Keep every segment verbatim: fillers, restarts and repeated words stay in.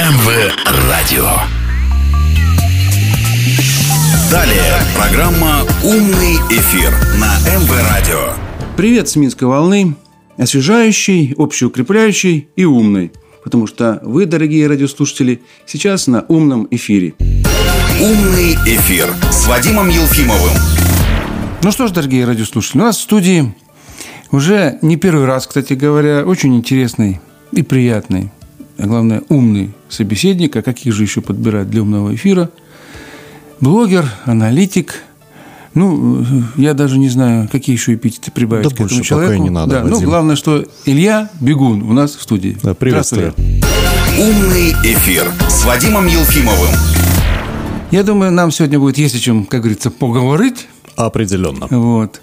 эм вэ Радио. Далее программа «Умный эфир» на эм вэ Радио. Привет с Минской волны. Освежающий, общеукрепляющий и умный. Потому что вы, дорогие радиослушатели, сейчас на умном эфире. «Умный эфир» с Вадимом Елфимовым. Ну что ж, дорогие радиослушатели, у нас в студии уже не первый раз, кстати говоря, очень интересный и приятный, а главное, умный собеседник. А каких же еще подбирать для умного эфира? Блогер, аналитик. Ну, я даже не знаю, какие еще эпитеты прибавить да к этому больше человеку. Пока не надо, да, ну, главное, что Илья Бегун у нас в студии. Да, приветствую. «Умный эфир» с Вадимом Елфимовым. Я думаю, нам сегодня будет есть о чем, как говорится, поговорить. Определенно. Вот.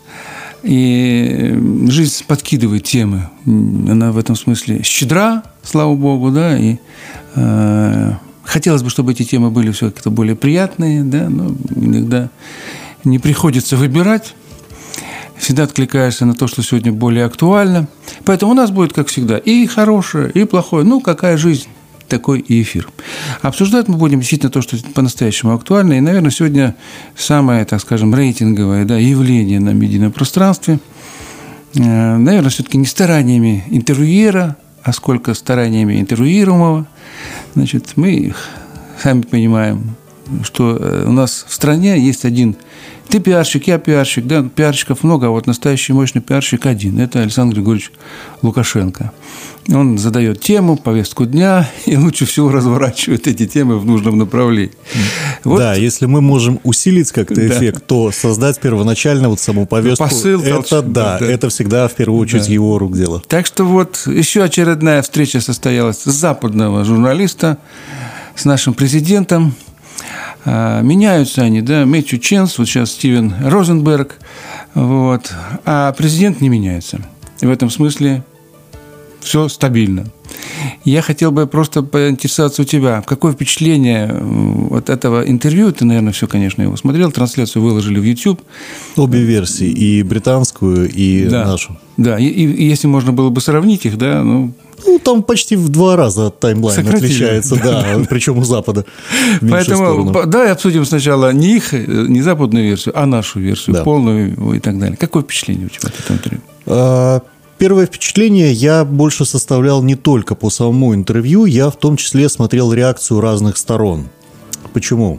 И жизнь подкидывает темы. Она в этом смысле щедра, слава богу, да, и э, хотелось бы, чтобы эти темы были все как-то более приятные, да, но иногда не приходится выбирать. Всегда откликаешься на то, что сегодня более актуально. Поэтому у нас будет, как всегда, и хорошее, и плохое. Ну, какая жизнь, такой и эфир. Обсуждать мы будем действительно то, что по-настоящему актуально. И, наверное, сегодня самое, так скажем, рейтинговое, да, явление на медийном пространстве. Наверное, все-таки не стараниями интервьюера, а сколько стараниями интервьюируемого. Значит, мы сами понимаем, что у нас в стране есть один... Ты пиарщик, я пиарщик, да, пиарщиков много, а вот настоящий мощный пиарщик один. Это Александр Григорьевич Лукашенко. Он задает тему, повестку дня, и лучше всего разворачивает эти темы в нужном направлении. Вот. Да, если мы можем усилить как-то эффект, да. то создать первоначально вот саму повестку, Посыл, это, толч... да, да, это всегда в первую очередь да. его рук дело. Так что вот еще очередная встреча состоялась западного журналиста с нашим президентом. Меняются они, да, Мэтью Ченс, вот сейчас Стивен Розенберг, вот, а президент не меняется. И в этом смысле все стабильно. Я хотел бы просто поинтересоваться у тебя, какое впечатление вот этого интервью? Ты, наверное, все, конечно, его смотрел, трансляцию выложили в YouTube. Обе версии, и британскую, и да. нашу. Да, и, и если можно было бы сравнить их, да, ну... Ну, там почти в два раза таймлайн Сократили. отличается, да, да, причем у Запада. Поэтому давай обсудим сначала не их, не западную версию, а нашу версию, да. полную и так далее. Какое впечатление у тебя от этого интервью? А, первое впечатление я больше составлял не только по самому интервью, я в том числе смотрел реакцию разных сторон. Почему?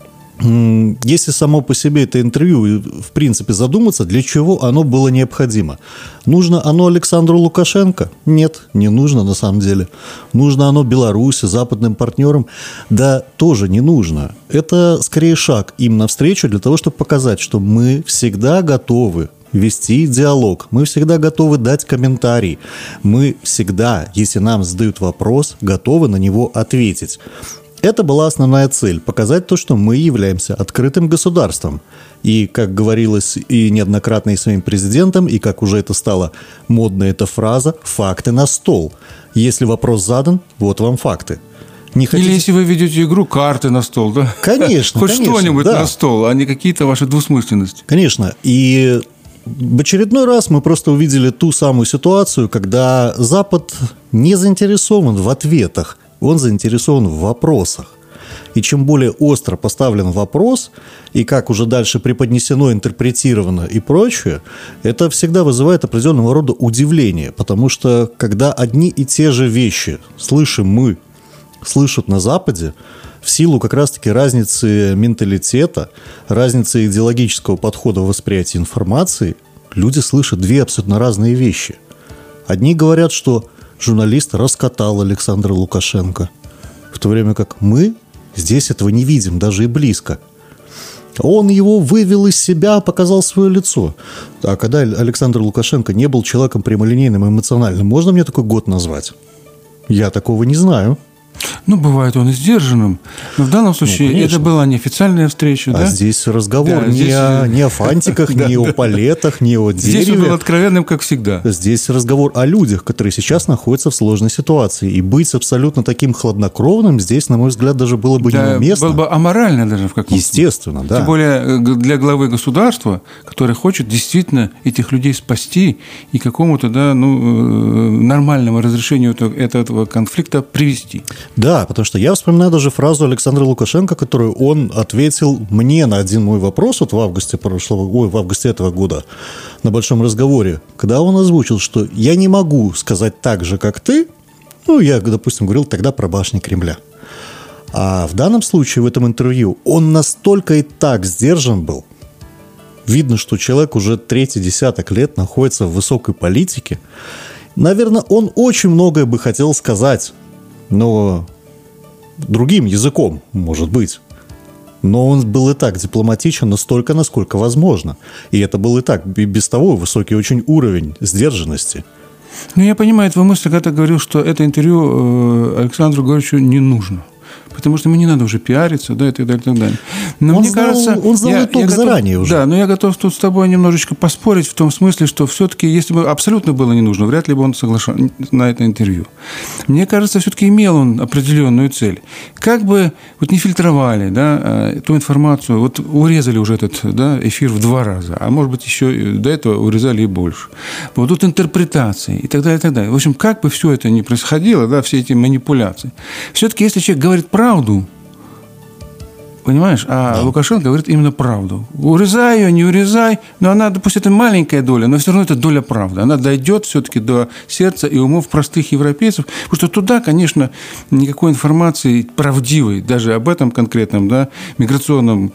Если само по себе это интервью, в принципе, задуматься, для чего оно было необходимо. Нужно оно Александру Лукашенко? Нет, не нужно на самом деле. Нужно оно Беларуси, западным партнерам? Да, тоже не нужно. Это скорее шаг им навстречу для того, чтобы показать, что мы всегда готовы вести диалог, мы всегда готовы дать комментарий, мы всегда, если нам задают вопрос, готовы на него ответить. Это была основная цель – показать то, что мы являемся открытым государством. И, как говорилось и неоднократно и своим президентом, и как уже это стало модной эта фраза, факты на стол. Если вопрос задан, вот вам факты. Не хотите... Или если вы ведете игру, карты на стол, да? Конечно, Хоть конечно, что-нибудь да. на стол, а не какие-то ваши двусмысленности. Конечно. И в очередной раз мы просто увидели ту самую ситуацию, когда Запад не заинтересован в ответах. Он заинтересован в вопросах. И чем более остро поставлен вопрос, и как уже дальше преподнесено, интерпретировано и прочее, это всегда вызывает определенного рода удивление. Потому что, когда одни и те же вещи слышим мы, слышат на Западе, в силу как раз-таки разницы менталитета, разницы идеологического подхода в восприятии информации, люди слышат две абсолютно разные вещи. Одни говорят, что журналист раскатал Александра Лукашенко, в то время как мы здесь этого не видим, даже и близко. Он его вывел из себя, показал свое лицо. А когда Александр Лукашенко не был человеком прямолинейным и эмоциональным, можно мне такой год назвать? Я такого не знаю. Ну, бывает он и сдержанным. Но в данном случае ну, это была неофициальная встреча. А да? здесь разговор да, не, здесь... О, не о фантиках, не о палетах, не о дереве. Здесь он был откровенным, как всегда. Здесь разговор о людях, которые сейчас находятся в сложной ситуации. И быть абсолютно таким хладнокровным здесь, на мой взгляд, даже было бы да, неуместно. Было бы аморально даже в каком-то Естественно, смысле. да. Тем более для главы государства, который хочет действительно этих людей спасти и к какому-то да, ну, нормальному разрешению этого конфликта привести. Да, Да, потому что я вспоминаю даже фразу Александра Лукашенко, которую он ответил мне на один мой вопрос вот в августе прошлого, ой, в августе этого года на большом разговоре, когда он озвучил, что я не могу сказать так же, как ты. Ну, я, допустим, говорил тогда про башни Кремля. А в данном случае, в этом интервью, он настолько и так сдержан был. Видно, что человек уже третий десяток лет находится в высокой политике. Наверное, он очень многое бы хотел сказать, но другим языком, может быть. Но он был и так дипломатичен настолько, насколько возможно. И это был и так, без того, высокий очень уровень сдержанности. Ну, я понимаю твою мысль, когда ты говорил, что это интервью Александру Григорьевичу не нужно. Потому что мне не надо уже пиариться, да, и так далее, и так далее. Но он мне знал, кажется, он знал я, итог я готов, заранее уже. Да, но я готов тут с тобой немножечко поспорить в том смысле, что все-таки, если бы абсолютно было не нужно, вряд ли бы он соглашался на это интервью. Мне кажется, все-таки имел он определенную цель. Как бы вот не фильтровали, да, ту информацию, вот урезали уже этот, да, эфир в два раза, а может быть, еще до этого урезали и больше. Вот тут интерпретации и так далее, и так далее. В общем, как бы все это ни происходило, да, все эти манипуляции, все-таки, если человек говорит правду, понимаешь, а да. Лукашенко говорит именно правду. Урезай ее, не урезай, но она, пусть это маленькая доля, но все равно это доля правды. Она дойдет все-таки до сердца и умов простых европейцев, потому что туда, конечно, никакой информации правдивой, даже об этом конкретном, да, миграционном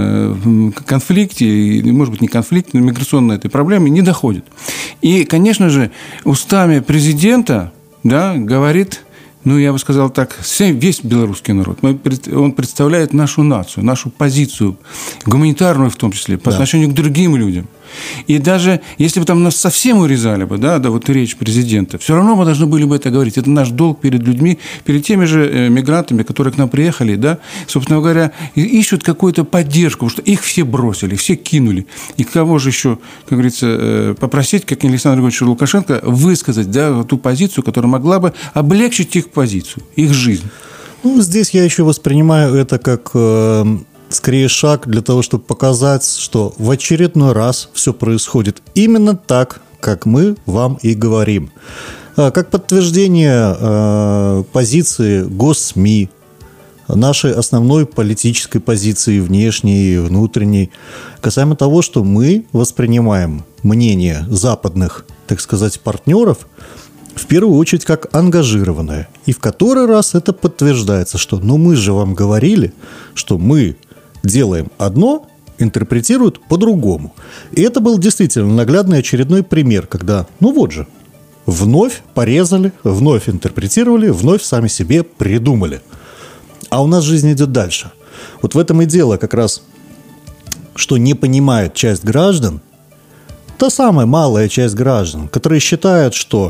конфликте, может быть, не конфликте, но миграционной этой проблеме не доходит. И, конечно же, устами президента, да, говорит... Ну, я бы сказал так, весь белорусский народ. Он представляет нашу нацию, нашу позицию, гуманитарную в том числе, по да. отношению к другим людям. И даже если бы там нас совсем урезали бы, да, да, вот речь президента, все равно мы должны были бы это говорить. Это наш долг перед людьми, перед теми же мигрантами, которые к нам приехали, да, собственно говоря, ищут какую-то поддержку, потому что их все бросили, все кинули. И кого же еще, как говорится, попросить, как Александр Григорьевич Лукашенко, высказать, да, ту позицию, которая могла бы облегчить их позицию, их жизнь. Ну, здесь я еще воспринимаю это как... скорее шаг для того, чтобы показать, что в очередной раз все происходит именно так, как мы вам и говорим. Как подтверждение э, позиции госсми, нашей основной политической позиции, внешней и внутренней, касаемо того, что мы воспринимаем мнение западных, так сказать, партнеров в первую очередь как ангажированное. И в который раз это подтверждается, что ну мы же вам говорили, что мы делаем одно, интерпретируют по-другому. И это был действительно наглядный очередной пример, когда, ну вот же, вновь порезали, вновь интерпретировали, вновь сами себе придумали. А у нас жизнь идет дальше. Вот в этом и дело как раз, что не понимает часть граждан, та самая малая часть граждан, которые считают, что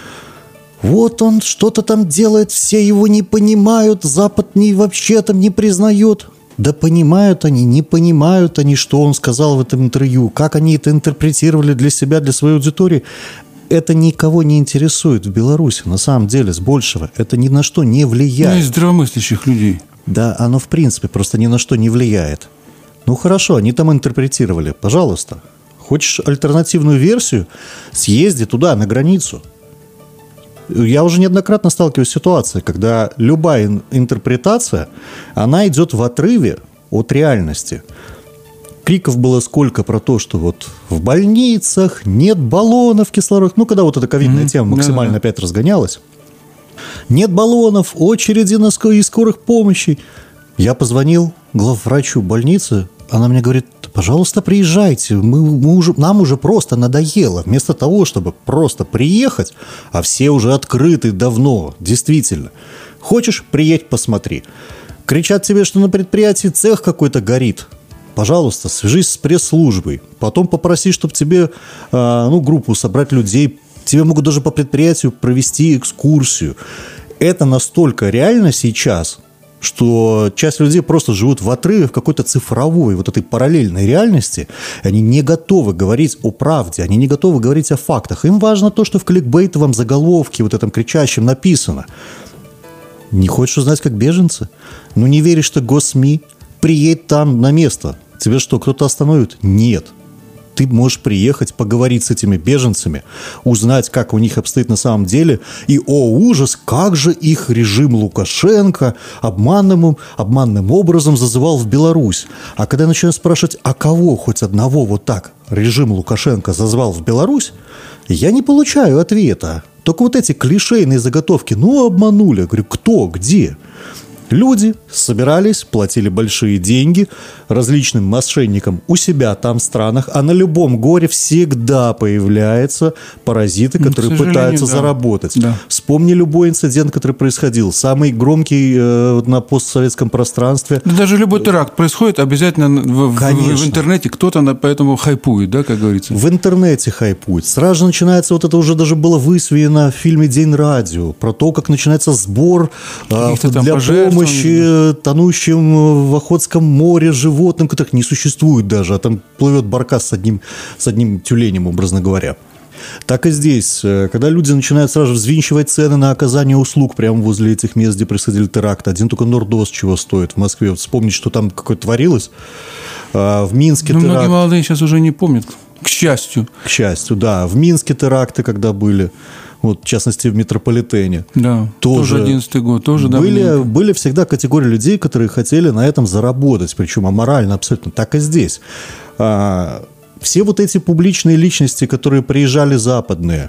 вот он что-то там делает, все его не понимают, Запад не, вообще там не признает. Да понимают они, не понимают они, что он сказал в этом интервью, как они это интерпретировали для себя, для своей аудитории. Это никого не интересует в Беларуси, на самом деле, с большего. Это ни на что не влияет. Ну, из здравомыслящих людей. Да, оно в принципе просто ни на что не влияет. Ну хорошо, они там интерпретировали, пожалуйста. Хочешь альтернативную версию? Съезди туда, на границу. Я уже неоднократно сталкиваюсь с ситуацией, когда любая интерпретация, она идет в отрыве от реальности. Криков было сколько про то, что вот в больницах нет баллонов кислородных. Ну, когда вот эта ковидная mm-hmm. тема максимально да, да. опять разгонялась. Нет баллонов, очереди на скорой, скорых помощи. Я позвонил главврачу больницы, она мне говорит, пожалуйста, приезжайте, мы, мы уже, нам уже просто надоело. Вместо того, чтобы просто приехать, а все уже открыты давно, действительно. Хочешь, приедь, посмотри. Кричат тебе, что на предприятии цех какой-то горит. Пожалуйста, свяжись с пресс-службой. Потом попроси, чтобы тебе э, ну, группу собрать людей. Тебе могут даже по предприятию провести экскурсию. Это настолько реально сейчас, что часть людей просто живут в отрыве в какой-то цифровой, вот этой параллельной реальности. Они не готовы говорить о правде, они не готовы говорить о фактах. Им важно то, что в кликбейтовом заголовке, вот этом кричащем написано. Не хочешь узнать, как беженцы? Ну, не веришь ты госсми? Приедь там на место. Тебе что, кто-то остановит? Нет. Ты можешь приехать, поговорить с этими беженцами, узнать, как у них обстоит на самом деле. И, о ужас, как же их режим Лукашенко обманным, обманным образом зазывал в Беларусь. А когда я начинаю спрашивать, а кого хоть одного вот так режим Лукашенко зазвал в Беларусь, я не получаю ответа. Только вот эти клишейные заготовки. Ну, обманули. Я говорю, кто, где? Люди собирались, платили большие деньги различным мошенникам у себя там в странах, а на любом горе всегда появляются паразиты, которые пытаются да. заработать. Да. Вспомни любой инцидент, который происходил. Самый громкий э, на постсоветском пространстве. Да даже любой теракт происходит, обязательно в, в, в интернете кто-то на, поэтому хайпует, да, как говорится? В интернете хайпует. Сразу же начинается, вот это уже даже было высвоено в фильме «День радио», про то, как начинается сбор э, для помощи помощи тонущим в Охотском море животным, которых не существует даже, а там плывет баркас с одним, с одним тюленем, образно говоря. Так и здесь, когда люди начинают сразу же взвинчивать цены на оказание услуг прямо возле этих мест, где происходили теракты. Один только Нордост чего стоит в Москве. Вот вспомнить, что там какое-то творилось. В Минске ну, теракт. Многие молодые сейчас уже не помнят, к счастью. К счастью, да. В Минске теракты, когда были. Вот, в частности, в метрополитене. Да, тоже одиннадцатый год. Тоже были, были всегда категории людей, которые хотели на этом заработать, причем аморально абсолютно. Так и здесь. А, все вот эти публичные личности, которые приезжали западные,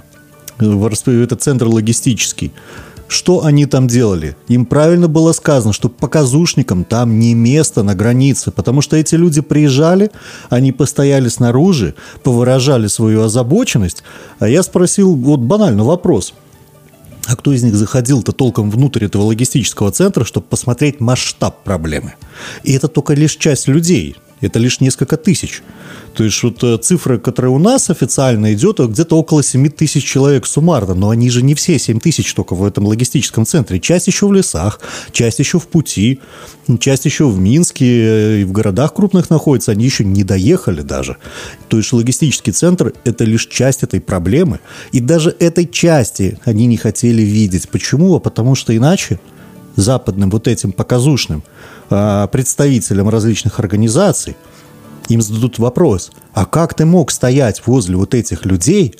это центр логистический, что они там делали? Им правильно было сказано, что показушникам там не место на границе, потому что эти люди приезжали, они постояли снаружи, повыражали свою озабоченность, а я спросил вот банальный вопрос. А кто из них заходил-то толком внутрь этого логистического центра, чтобы посмотреть масштаб проблемы? И это только лишь часть людей. Это лишь несколько тысяч. То есть вот цифра, которая у нас официально идет, где-то около семь тысяч человек суммарно. Но они же не все семь тысяч только в этом логистическом центре. Часть еще в лесах, часть еще в пути, часть еще в Минске и в городах крупных находится. Они еще не доехали даже. То есть логистический центр – это лишь часть этой проблемы. И даже этой части они не хотели видеть. Почему? Потому что иначе западным вот этим показушным представителям различных организаций им зададут вопрос: а как ты мог стоять возле вот этих людей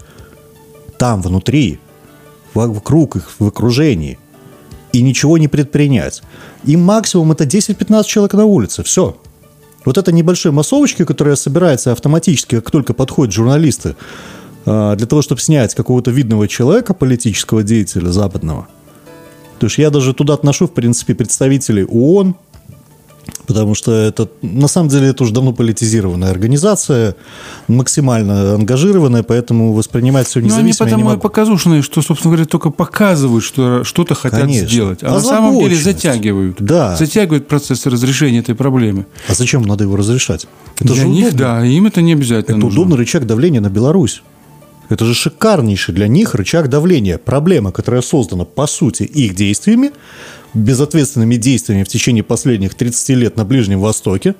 там внутри, вокруг их, в окружении, и ничего не предпринять? Им максимум это десять-пятнадцать человек на улице, все. Вот это небольшие массовочки, которые собираются автоматически, как только подходят журналисты для того, чтобы снять какого-то видного человека, политического деятеля западного. То есть я даже туда отношу, в принципе, представителей ООН, потому что это, на самом деле, это уже давно политизированная организация, максимально ангажированная, поэтому воспринимать все независимо. Но они потому и показушные, что, собственно говоря, только показывают, что что-то хотят Конечно. сделать, а на самом деле затягивают. Да. Затягивают процесс разрешения этой проблемы. А зачем надо его разрешать? Это Для же них, удобно. да, им это не обязательно Это нужно. удобный рычаг давления на Беларусь. Это же шикарнейший для них рычаг давления. Проблема, которая создана, по сути, их действиями, безответственными действиями в течение последних тридцати лет на Ближнем Востоке.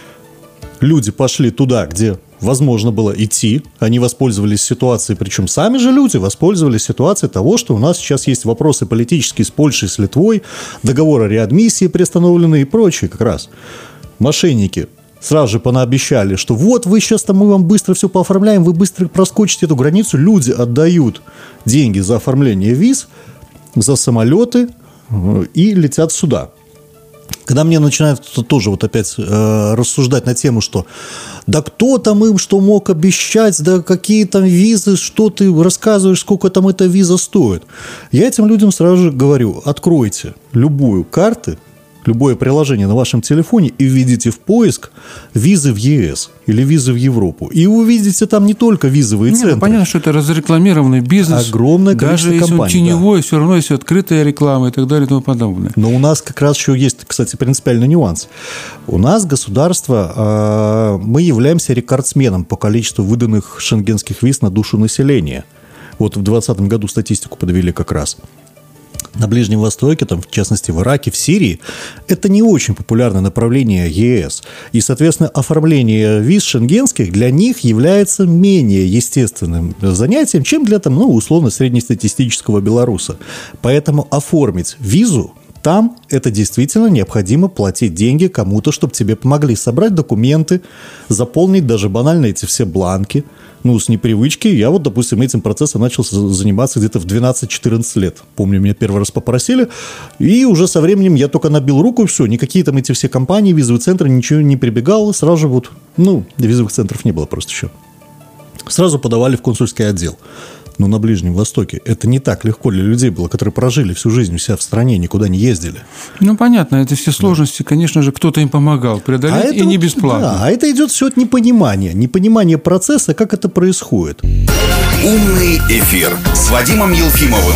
Люди пошли туда, где возможно было идти. Они воспользовались ситуацией, причем сами же люди воспользовались ситуацией того, что у нас сейчас есть вопросы политические с Польшей, с Литвой, договор о реадмиссии приостановленный и прочее как раз. Мошенники сразу же понаобещали, что вот вы сейчас там, мы вам быстро все пооформляем, вы быстро проскочите эту границу. Люди отдают деньги за оформление виз, за самолеты и летят сюда. Когда мне начинают тоже вот опять э, рассуждать на тему, что да кто там им что мог обещать, да какие там визы, что ты рассказываешь, сколько там эта виза стоит. Я этим людям сразу же говорю: откройте любую карту, любое приложение на вашем телефоне и введите в поиск визы в ЕС или визы в Европу. И вы увидите там не только визовые не, центры. Ну, понятно, что это разрекламированный бизнес. Огромное количество Даже если компаний, он теневой, да. все равно есть открытая реклама и так далее и тому подобное. Но у нас как раз еще есть, кстати, принципиальный нюанс. У нас государство, мы являемся рекордсменом по количеству выданных шенгенских виз на душу населения. Вот в двадцатом году статистику подвели как раз. На Ближнем Востоке, там, в частности в Ираке, в Сирии, это не очень популярное направление ЕС. И, соответственно, оформление виз шенгенских для них является менее естественным занятием, чем для, там, ну, условно, среднестатистического белоруса. Поэтому оформить визу Там это действительно необходимо платить деньги кому-то, чтобы тебе помогли собрать документы, заполнить даже банально эти все бланки. Ну, с непривычки я вот, допустим, этим процессом начал заниматься где-то в двенадцать-четырнадцать лет. Помню, меня первый раз попросили, и уже со временем я только набил руку, и все, никакие там эти все компании, визовые центры, ничего не прибегал, сразу же вот, ну, визовых центров не было просто еще. Сразу подавали в консульский отдел. Но на Ближнем Востоке это не так легко для людей было, которые прожили всю жизнь у себя в стране, никуда не ездили. Ну, понятно, это все сложности, да. Конечно же, кто-то им помогал преодолеть, а и это, не бесплатно. Да, а это идет все от непонимания, непонимания процесса, как это происходит. Умный эфир с Вадимом Елфимовым.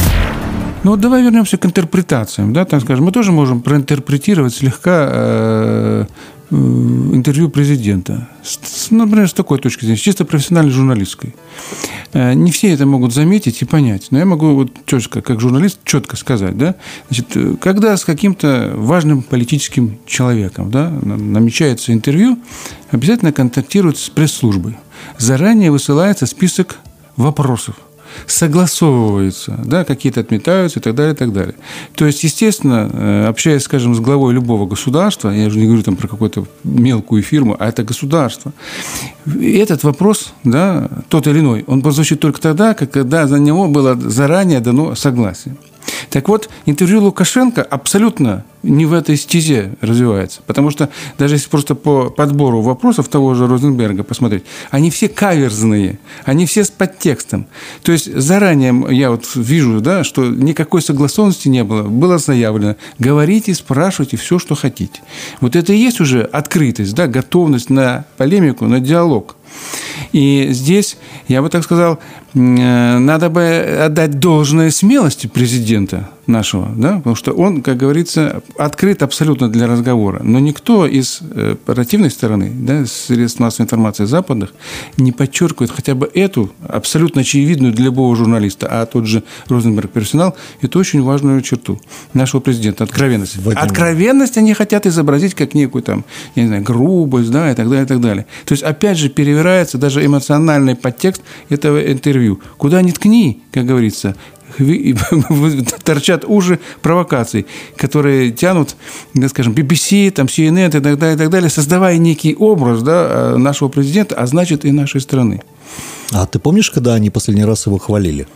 Ну, вот давай вернемся к интерпретациям, да, так скажем. Мы тоже можем проинтерпретировать слегка э, э, интервью президента. С, например, с такой точки зрения, с чисто профессиональной журналистской. Э, не все это могут заметить и понять, но я могу вот четко, как журналист, четко сказать, да, значит, когда с каким-то важным политическим человеком, да, намечается интервью, обязательно контактируют с пресс-службой. Заранее высылается список вопросов. Согласовываются, да, какие-то отметаются и так далее, и так далее. То есть, естественно, общаясь, скажем, с главой любого государства, я уже не говорю там про какую-то мелкую фирму, а это государство, этот вопрос, да, тот или иной, он прозвучит только тогда, когда за него было заранее дано согласие. Так вот, интервью Лукашенко абсолютно не в этой стезе развивается. Потому что даже если просто по подбору вопросов того же Розенберга посмотреть, они все каверзные, они все с подтекстом. То есть заранее я вот вижу, да, что никакой согласованности не было. Было заявлено: говорите, спрашивайте все, что хотите. Вот это и есть уже открытость, да, готовность на полемику, на диалог. И здесь, я бы так сказал, надо бы отдать должное смелости президента нашего, да, потому что он, как говорится, открыт абсолютно для разговора. Но никто из противной стороны, да, средств массовой информации западных, не подчеркивает хотя бы эту абсолютно очевидную для любого журналиста, а тот же Розенберг персонал, это очень важную черту нашего президента – откровенность. Вадим. Откровенность они хотят изобразить как некую там, я не знаю, грубость, да, и так далее, и так далее. То есть, опять же, перевирается даже эмоциональный подтекст этого интервью. Куда ни ткни, как говорится, торчат уши провокаций, которые тянут, да, скажем, би би си, там, си эн эн и так далее, и так далее, создавая некий образ, да, нашего президента, а значит и нашей страны. А ты помнишь, когда они последний раз его хвалили?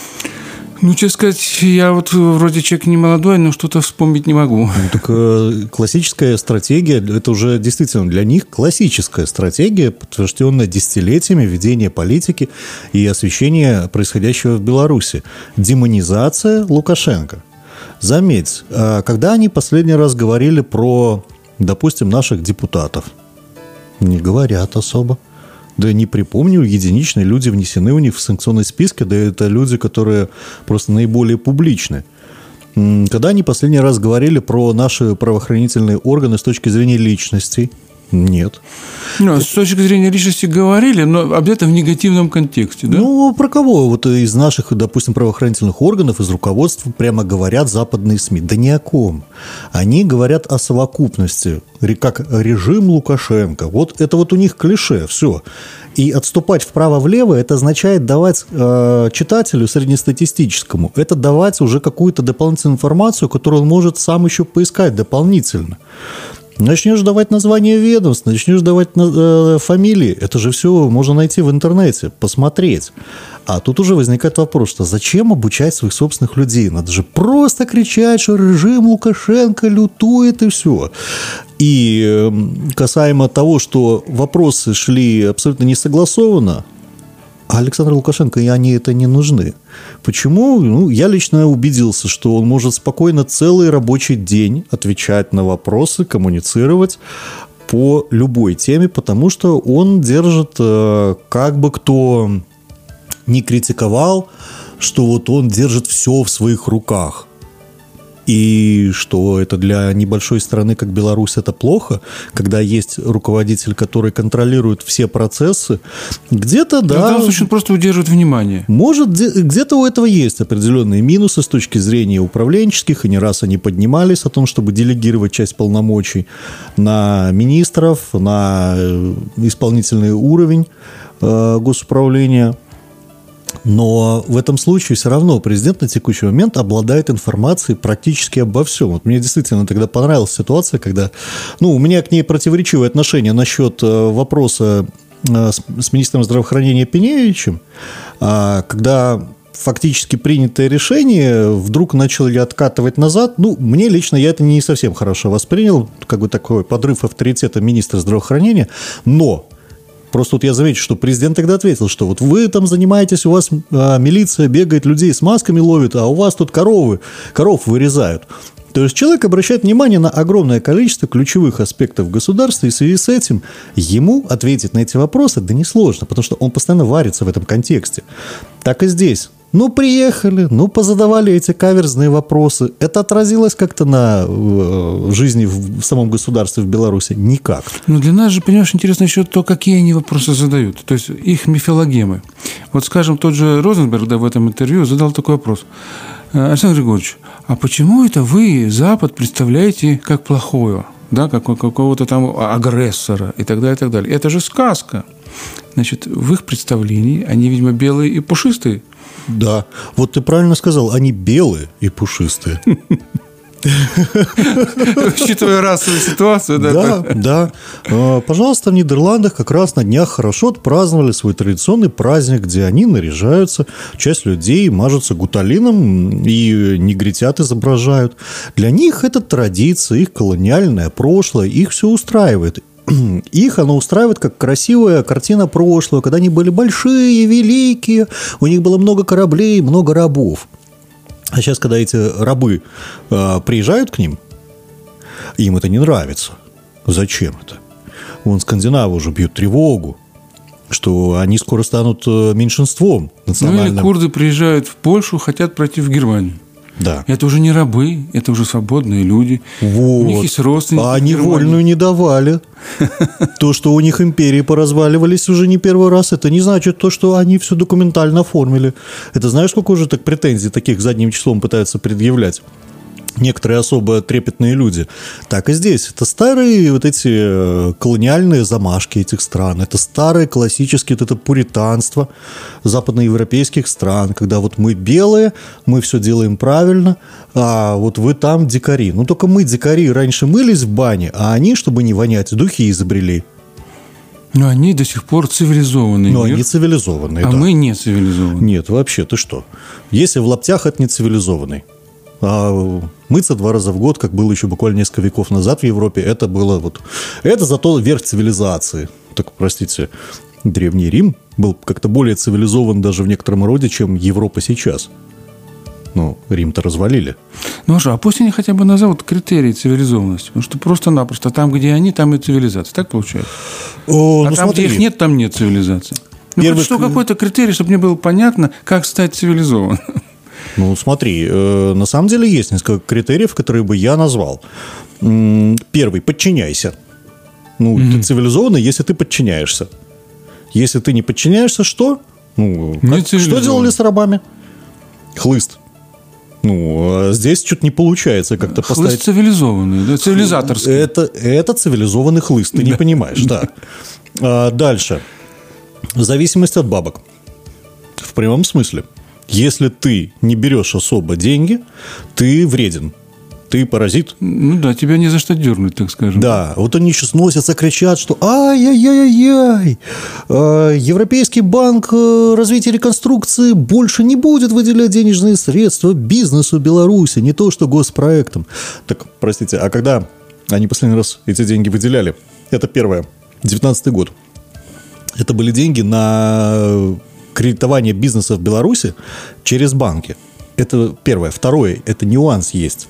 Ну, честно сказать, я вот вроде человек не молодой, но что-то вспомнить не могу. Ну, так э, классическая стратегия, это уже действительно для них классическая стратегия, подтвержденная десятилетиями ведения политики и освещения происходящего в Беларуси. Демонизация Лукашенко. Заметь, когда они последний раз говорили про, допустим, наших депутатов, не говорят особо. Да не припомню, единичные люди внесены у них в санкционные списки, да это люди, которые просто наиболее публичны. Когда они последний раз говорили про наши правоохранительные органы с точки зрения личностей? Нет. Ну, с точки зрения личности говорили, но обязательно в негативном контексте, да? Ну, про кого? Вот из наших, допустим, правоохранительных органов, из руководства прямо говорят западные СМИ. Да ни о ком. Они говорят о совокупности, как режим Лукашенко. Вот это вот у них клише, все. И отступать вправо-влево, это означает давать э, читателю среднестатистическому, это давать уже какую-то дополнительную информацию, которую он может сам еще поискать дополнительно. Начнешь давать названия ведомств, начнешь давать э, фамилии, это же все можно найти в интернете, посмотреть. А тут уже возникает вопрос, что зачем обучать своих собственных людей? Надо же просто кричать, что режим Лукашенко лютует и все. И э, касаемо того, что вопросы шли абсолютно несогласованно, а Александру Лукашенко и они это не нужны. Почему? Ну, я лично убедился, что он может спокойно целый рабочий день отвечать на вопросы, коммуницировать по любой теме, потому что он держит, как бы кто ни критиковал, что вот он держит все в своих руках. И что это для небольшой страны, как Беларусь, это плохо, когда есть руководитель, который контролирует все процессы. Где-то, да... В данном случае он просто удерживает внимание. Может, где-то у этого есть определенные минусы с точки зрения управленческих, и не раз они поднимались о том, чтобы делегировать часть полномочий на министров, на исполнительный уровень госуправления. Но в этом случае все равно президент на текущий момент обладает информацией практически обо всем. Вот мне действительно тогда понравилась ситуация, когда, ну, у меня к ней противоречивое отношение насчет вопроса с, с министром здравоохранения Пиневичем, когда фактически принятое решение вдруг начали откатывать назад. Ну, мне лично, я это не совсем хорошо воспринял, как бы такой подрыв авторитета министра здравоохранения, но просто вот я замечу, что президент тогда ответил, что вот вы там занимаетесь, у вас а, милиция бегает, людей с масками ловит, а у вас тут коровы, коров вырезают. То есть человек обращает внимание на огромное количество ключевых аспектов государства, и в связи с этим ему ответить на эти вопросы да несложно, потому что он постоянно варится в этом контексте. Так и здесь. Ну, приехали, ну, позадавали эти каверзные вопросы. Это отразилось как-то на э, жизни в самом государстве в Беларуси? Никак. Ну, для нас же, понимаешь, интересно еще то, какие они вопросы задают. То есть, их мифологемы. Вот, скажем, тот же Розенберг, да, в этом интервью задал такой вопрос. Александр Григорьевич, а почему это вы Запад представляете как плохое? Да, как какого-то там агрессора и так далее, и так далее. Это же сказка. Значит, в их представлении они, видимо, белые и пушистые. Да, вот ты правильно сказал, они белые и пушистые. Учитывая расовую ситуацию, да? Да, да. Пожалуйста, в Нидерландах как раз на днях хорошо отпраздновали свой традиционный праздник, где они наряжаются, часть людей мажутся гуталином и негритят изображают. Для них это традиция, их колониальное прошлое, их все устраивает. Их оно устраивает как красивая картина прошлого, когда они были большие, великие, у них было много кораблей, много рабов. А сейчас, когда эти рабы э, приезжают к ним, им это не нравится. Зачем это? Вон скандинавы уже бьют тревогу, что они скоро станут меньшинством национальным. Ну или курды приезжают в Польшу, хотят пройти в Германию. Да. Это уже не рабы, это уже свободные люди. Вот. У них есть родственники. А они вольную не давали. То, что у них империи поразваливались уже не первый раз, это не значит то, что они все документально оформили. Это знаешь, сколько уже так претензий таких задним числом пытаются предъявлять некоторые особо трепетные люди. Так и здесь. Это старые вот эти колониальные замашки этих стран. Это старое классическое вот это пуританство западноевропейских стран, когда вот мы белые, мы все делаем правильно, а вот вы там дикари. Ну, только мы, дикари, раньше мылись в бане, а они, чтобы не вонять, духи изобрели. Но они до сих пор цивилизованные. Но они цивилизованные, а да. мы не цивилизованные. Нет, вообще, ты что? Если в лаптях, это не цивилизованный. А мыться два раза в год, как было еще буквально несколько веков назад в Европе, это было вот... Это зато верх цивилизации. Так, простите, Древний Рим был как-то более цивилизован даже в некотором роде, чем Европа сейчас. Ну, Рим-то развалили. Ну, а пусть они хотя бы назовут критерии цивилизованности. Потому что просто-напросто там, где они, там и цивилизация. Так получается? О, а ну, там, смотри. где их нет, там нет цивилизации. Ну, Первый... что какой-то критерий, чтобы мне было понятно, как стать цивилизованным. Ну, смотри, э, на самом деле есть несколько критериев, которые бы я назвал. Первый – подчиняйся. Ну, mm-hmm. ты цивилизованный, если ты подчиняешься. Если ты не подчиняешься, что? Ну, как, что делали с рабами? Хлыст. Ну, а здесь что-то не получается как-то хлыст поставить. Хлыст цивилизованный, да, цивилизаторский. Это, это цивилизованный хлыст, ты да. не понимаешь, да. А дальше. Зависимость от бабок. В прямом смысле. Если ты не берешь особо деньги, ты вреден. Ты паразит. Ну да, тебя не за что дернуть, так скажем. Да, вот они сейчас носятся, кричат, что ай-яй-яй-яй, Европейский банк развития и реконструкции больше не будет выделять денежные средства бизнесу Беларуси, не то что госпроектам. Так, простите, а когда они последний раз эти деньги выделяли? Это первое, девятнадцатый год. Это были деньги на кредитование бизнеса в Беларуси через банки. Это первое. Второе, это нюанс есть.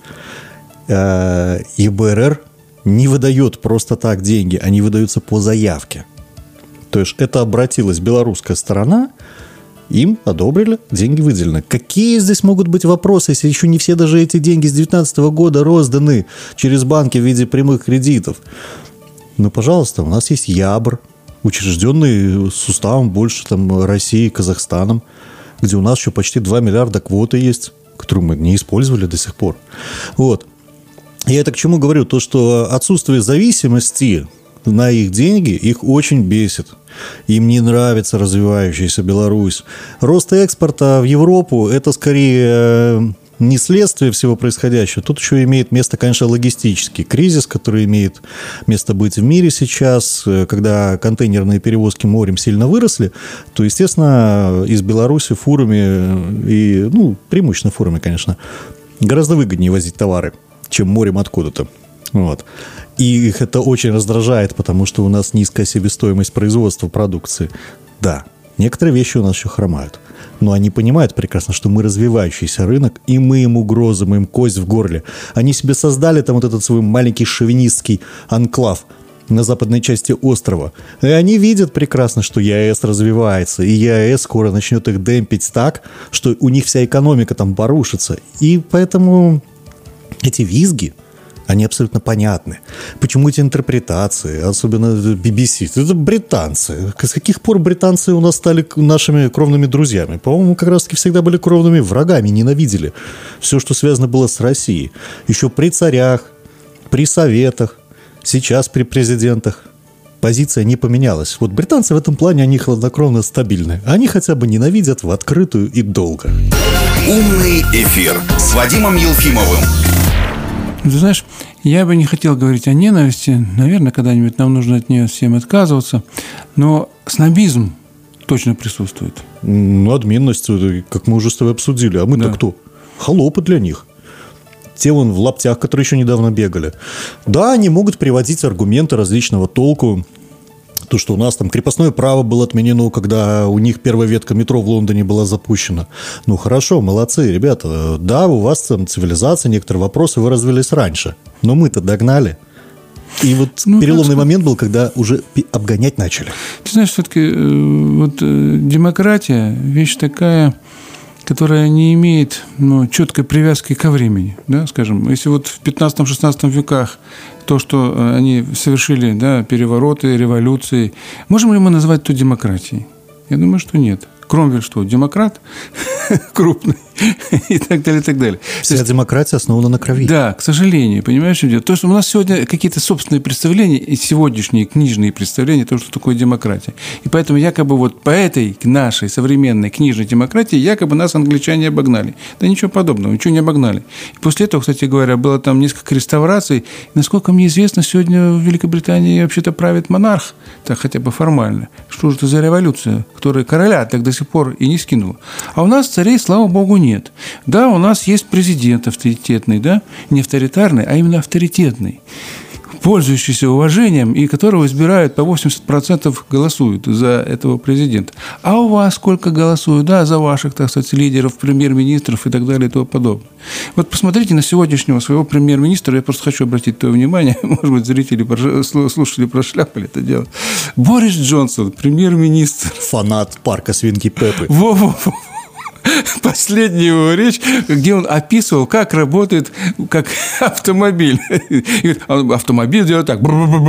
ЕБРР не выдает просто так деньги, они выдаются по заявке. То есть это обратилась белорусская сторона, им одобрили, деньги выделены. Какие здесь могут быть вопросы, если еще не все даже эти деньги с две тысячи девятнадцатого года розданы через банки в виде прямых кредитов? Ну, пожалуйста, у нас есть ЯБР, учрежденный с уставом больше там, России, Казахстаном, где у нас еще почти два миллиарда квоты есть, которую мы не использовали до сих пор. Вот. Я это к чему говорю? То, что отсутствие зависимости на их деньги, их очень бесит. Им не нравится развивающаяся Беларусь. Рост экспорта в Европу – это скорее не следствие всего происходящего. Тут еще имеет место, конечно, логистический кризис, который имеет место быть в мире сейчас. Когда контейнерные перевозки морем сильно выросли, то, естественно, из Беларуси фурами, и, ну, преимущественно фурами, конечно, гораздо выгоднее возить товары, чем морем откуда-то. Вот. И их это очень раздражает, потому что у нас низкая себестоимость производства продукции. Да, некоторые вещи у нас еще хромают. Но они понимают прекрасно, что мы развивающийся рынок, и мы им угроза, мы им кость в горле. Они себе создали там вот этот свой маленький шовинистский анклав на западной части острова. И они видят прекрасно, что ЕАЭС развивается, и ЕАЭС скоро начнет их демпить так, что у них вся экономика там порушится. И поэтому эти визги, они абсолютно понятны. Почему эти интерпретации, особенно би би си, это британцы. С каких пор британцы у нас стали нашими кровными друзьями? По-моему, как раз-таки всегда были кровными врагами, ненавидели все, что связано было с Россией. Еще при царях, при советах, сейчас при президентах. Позиция не поменялась. Вот британцы в этом плане, они хладнокровно стабильны. Они хотя бы ненавидят в открытую и долго. Умный эфир с Вадимом Елфимовым. Ты знаешь, я бы не хотел говорить о ненависти. Наверное, когда-нибудь нам нужно от нее всем отказываться. Но снобизм точно присутствует. Ну, админность, как мы уже с тобой обсудили. А мы-то да. кто? Холопы для них. Те вон в лаптях, которые еще недавно бегали. Да, они могут приводить аргументы различного толку. То, что у нас там крепостное право было отменено, когда у них первая ветка метро в Лондоне была запущена. Ну, хорошо, молодцы, ребята. Да, у вас там цивилизация, некоторые вопросы, вы развились раньше. Но мы-то догнали. И вот ну, переломный момент был, когда уже обгонять начали. Ты знаешь, все-таки вот демократия – вещь такая, которая не имеет ну, четкой привязки ко времени. Да, скажем, если вот в пятнадцатом-шестнадцатом веках то, что они совершили, да, перевороты, революции, можем ли мы назвать это демократией? Я думаю, что нет. Кромвель что, демократ крупный и так далее, и так далее. Вся есть, демократия основана на крови. Да, к сожалению, понимаешь, что дело? То есть у нас сегодня какие-то собственные представления, и сегодняшние книжные представления, то, что такое демократия. И поэтому якобы вот по этой нашей современной книжной демократии якобы нас англичане обогнали. Да ничего подобного, ничего не обогнали. И после этого, кстати говоря, было там несколько реставраций. Насколько мне известно, сегодня в Великобритании вообще-то правит монарх, так хотя бы формально. Что же это за революция, которая короля так до сих пор и не скинула. А у нас царей, слава богу, нет. Да, у нас есть президент авторитетный, да, не авторитарный, а именно авторитетный, пользующийся уважением и которого избирают по восемьдесят процентов голосуют за этого президента. А у вас сколько голосуют? Да, за ваших, так сказать, лидеров, премьер-министров и так далее и тому подобное. Вот посмотрите на сегодняшнего своего премьер-министра. Я просто хочу обратить твое внимание, может быть, зрители, слушатели прошляпали это дело. Борис Джонсон, премьер-министр. Фанат парка свинки Пеппы. Во-во-во. Последняя его речь, где он описывал, как работает как автомобиль. И автомобиль делает так.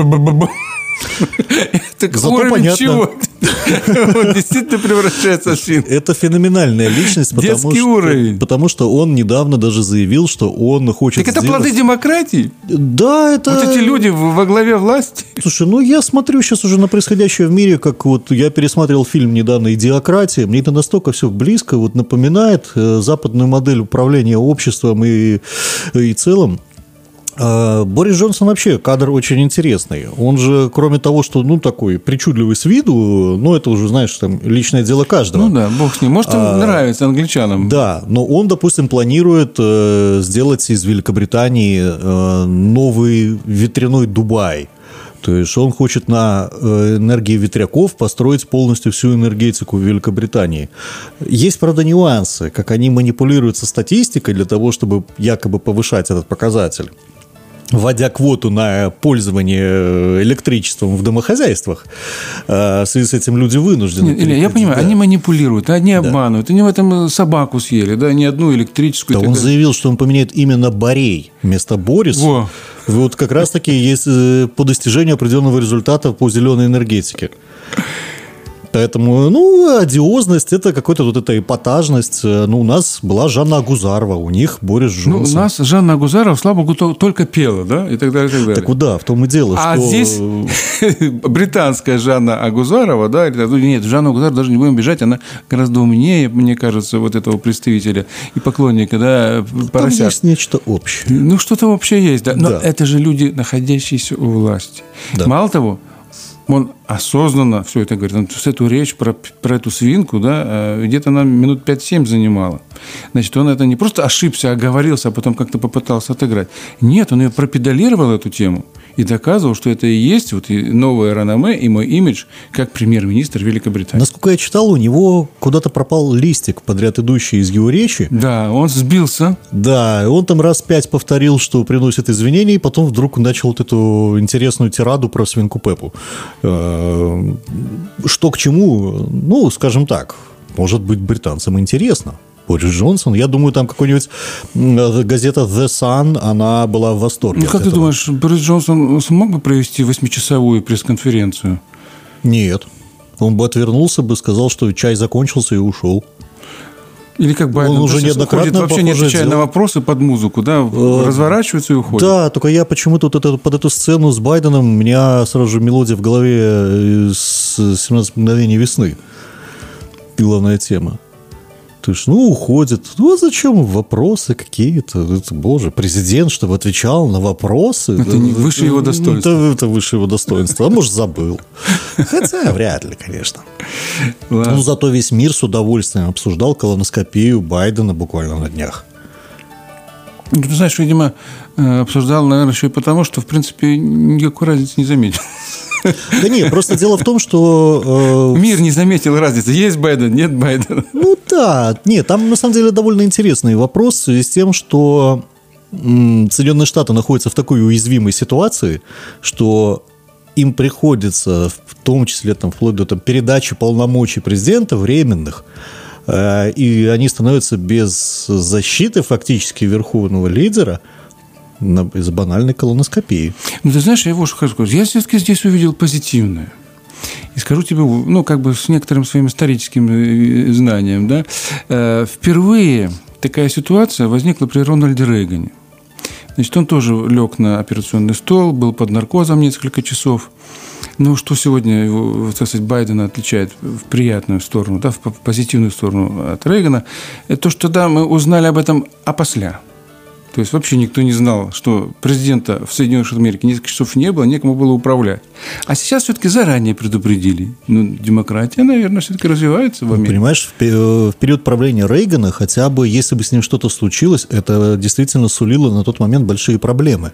Это Зато уровень понятно. Чего? Он действительно превращается в свинку. Это феноменальная личность, потому Детский что, уровень. потому что он недавно даже заявил, что он хочет Так это сделать... плоды демократии? Да, это... Вот эти люди во главе власти? Слушай, ну я смотрю сейчас уже на происходящее в мире, как вот я пересматривал фильм недавно «Идиократия», мне это настолько все близко, вот напоминает западную модель управления обществом и, и целым. Борис Джонсон вообще кадр очень интересный. Он же, кроме того, что, ну, такой причудливый с виду, ну, это уже, знаешь, там, личное дело каждого. Ну да, бог с ним. Может, им а, нравится англичанам. Да, но он, допустим, планирует э, сделать из Великобритании э, новый ветряной Дубай. То есть он хочет на энергии ветряков построить полностью всю энергетику в Великобритании. Есть, правда, нюансы, как они манипулируют со статистикой для того, чтобы якобы повышать этот показатель. Вводя квоту на пользование электричеством в домохозяйствах, в связи с этим люди вынуждены... Нет, Илья, я понимаю, да. Они манипулируют, они обманывают. Да. Они в этом собаку съели, да, не одну электрическую. Да, он заявил, что он поменяет именно Борей вместо Борис. Во. Вот как раз-таки есть по достижению определенного результата по зеленой энергетике. Поэтому, ну, одиозность – это какая-то вот эта эпатажность. Ну, у нас была Жанна Агузарова, у них Борис Джонсон. Ну, у нас Жанна Агузарова, слава богу, только пела, да, и так далее, и так далее. Так вот, да, в том и дело, а что... здесь британская Жанна Агузарова, да, нет, Жанну Агузарову даже не будем бежать, она гораздо умнее, мне кажется, вот этого представителя и поклонника, да, поросят. Там есть нечто общее. Ну, что-то общее есть, да, но да. это же люди, находящиеся у власти. Да. Мало того, он осознанно все это говорит. Он эту речь про, про эту свинку, да, где-то она минут пять-семь занимала. Значит, он это не просто ошибся, оговорился, а потом как-то попытался отыграть. Нет, он ее пропедалировал, эту тему, и доказывал, что это и есть вот и новое реноме, и мой имидж как премьер-министр Великобритании. Насколько я читал, у него куда-то пропал листик, подряд идущий из его речи. Да, он сбился. Да, он там раз пять повторил, что приносит извинения, и потом вдруг начал вот эту интересную тираду про свинку Пеппу. Что к чему? Ну, скажем так, может быть, британцам интересно. Борис Джонсон, я думаю, там какой-нибудь газета The Sun, она была в восторге. Ну, как ты этого. думаешь, Борис Джонсон смог бы провести восьмичасовую пресс-конференцию? Нет. Он бы отвернулся бы, сказал, что чай закончился и ушел. Или как Байден, он уже неоднократно вообще не отвечая на вопросы под музыку, да, разворачивается и уходит. Да, только я почему-то вот это, под эту сцену с Байденом, у меня сразу же мелодия в голове с «семнадцать мгновений весны». Главная тема. То есть, ну, уходит. Ну, а зачем вопросы какие-то? Это, боже, президент, чтобы отвечал на вопросы. Это не выше его достоинства. Это, это выше его достоинства. А может, забыл. Хотя, вряд ли, конечно. Ладно. Ну, зато весь мир с удовольствием обсуждал колоноскопию Байдена буквально на днях. Ну, ты знаешь, видимо, обсуждал, наверное, еще и потому, что, в принципе, никакой разницы не заметил. Да нет, просто дело в том, что... Э, Мир не заметил разницы. Есть Байден, нет Байдена. Ну да, нет, там на самом деле довольно интересный вопрос в связи с тем, что м, Соединенные Штаты находятся в такой уязвимой ситуации, что им приходится, в том числе там, вплоть до там, передачи полномочий президента временных, э, и они становятся без защиты фактически верховного лидера, из-за банальной колоноскопии. Ну, ты знаешь, я его что хочу сказать. Я все-таки здесь увидел позитивное. И скажу тебе, ну, как бы с некоторым своим историческим знанием, да, э, впервые такая ситуация возникла при Рональде Рейгане. Значит, он тоже лег на операционный стол, был под наркозом несколько часов. Ну, что сегодня его, так сказать, Байдена отличает в приятную сторону, да, в позитивную сторону от Рейгана, это то, что тогда мы узнали об этом опосля. То есть вообще никто не знал, что президента в Соединенных Штатах Америки несколько часов не было, некому было управлять. А сейчас все-таки заранее предупредили. Ну, демократия, наверное, все-таки развивается в Америке. Понимаешь, в период правления Рейгана, хотя бы, если бы с ним что-то случилось, это действительно сулило на тот момент большие проблемы.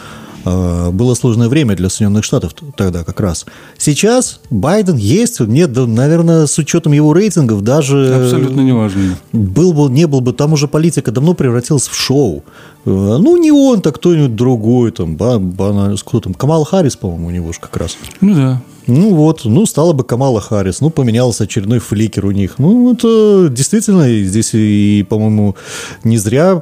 Было сложное время для Соединенных Штатов тогда как раз. Сейчас Байден есть, нет, наверное, с учетом его рейтингов даже... Абсолютно неважно. Был бы, не был бы, там уже политика давно превратилась в шоу. Ну, не он, так кто-нибудь другой, там, кто там, Камала Харрис, по-моему, у него же как раз. Ну, да. Ну, вот, ну, стала бы Камала Харрис, ну, поменялся очередной фликер у них. Ну, это действительно здесь, и, по-моему, не зря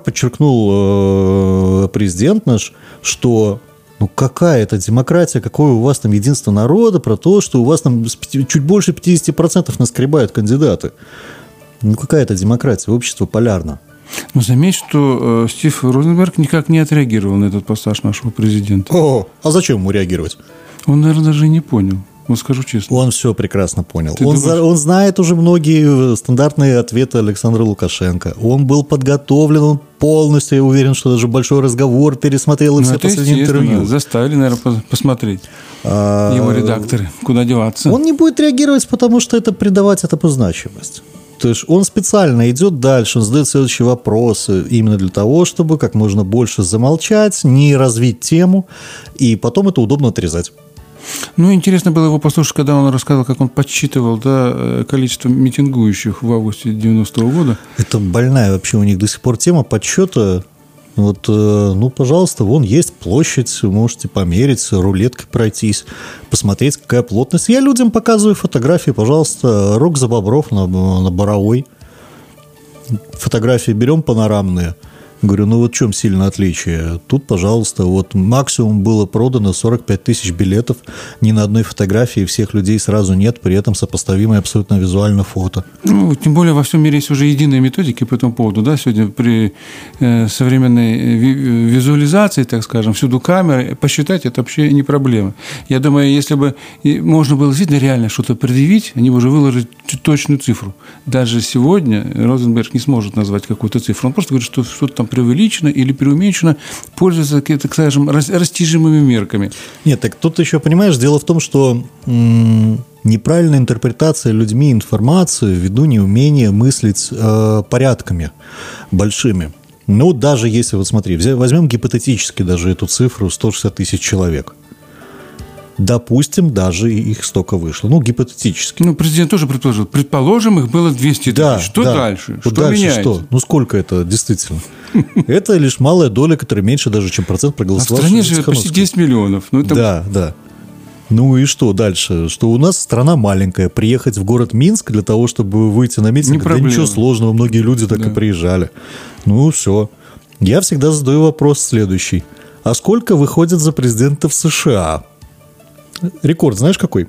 подчеркнул президент наш, что... Ну, какая это демократия, какое у вас там единство народа, про то, что у вас там чуть больше пятьдесят процентов наскребают кандидаты. Ну, какая это демократия, общество полярно. Ну, заметь, что э, Стив Розенберг никак не отреагировал на этот пассаж нашего президента. О, а зачем ему реагировать? Он, наверное, даже и не понял. Вот скажу честно. Он все прекрасно понял. Ты Он, думаешь... за, он знает уже многие стандартные ответы Александра Лукашенко. Он был подготовлен, он полностью, я уверен, что даже большой разговор пересмотрел и ну, все последние интервью. Заставили, наверное, посмотреть а... его редакторы. Куда деваться? Он не будет реагировать, потому что это придавать этому значимость. То есть он специально идет дальше, он задает следующие вопросы именно для того, чтобы как можно больше замолчать, не развить тему, и потом это удобно отрезать. Ну, интересно было его послушать, когда он рассказывал, как он подсчитывал, да, количество митингующих в августе девяностого года. Это больная вообще у них до сих пор тема подсчета. Вот, ну, пожалуйста, вон есть площадь, вы можете померить, рулеткой пройтись, посмотреть, какая плотность. Я людям показываю фотографии, пожалуйста, Рок за Бобров на, на Боровой. Фотографии берем панорамные Говорю, ну вот в чем сильное отличие? Тут, пожалуйста, вот максимум было продано сорок пять тысяч билетов, ни на одной фотографии всех людей сразу нет, при этом сопоставимое абсолютно визуально фото. Ну, тем более во всем мире есть уже единые методики по этому поводу, да, сегодня при э, современной ви- визуализации, так скажем, всюду камеры, посчитать это вообще не проблема. Я думаю, если бы можно было действительно реально что-то предъявить, они бы уже выложили точную цифру. Даже сегодня Розенберг не сможет назвать какую-то цифру, он просто говорит, что что-то там преувеличено или преуменьшено, пользуется, так скажем, растяжимыми мерками. Нет, так тут еще, понимаешь, дело в том, что м- неправильная интерпретация людьми информации ввиду неумения мыслить э, порядками большими. Ну, даже если, вот смотри, возьмем гипотетически даже эту цифру сто шестьдесят тысяч человек. Допустим, даже их столько вышло. Ну, гипотетически. Ну, президент тоже предположил. Предположим, их было двести тысяч. Да, что да. дальше? Вот что дальше меняется? Что? Ну, сколько это действительно? Это лишь малая доля, которая меньше даже, чем процент проголосовавших. А в стране живет почти десять миллионов. Ну, это... Да, да. Ну и что дальше? Что у нас страна маленькая. Приехать в город Минск для того, чтобы выйти на митинг, да ничего сложного. Многие люди так да. и приезжали. Ну, все. Я всегда задаю вопрос следующий. А сколько выходит за президентов США? Рекорд знаешь какой?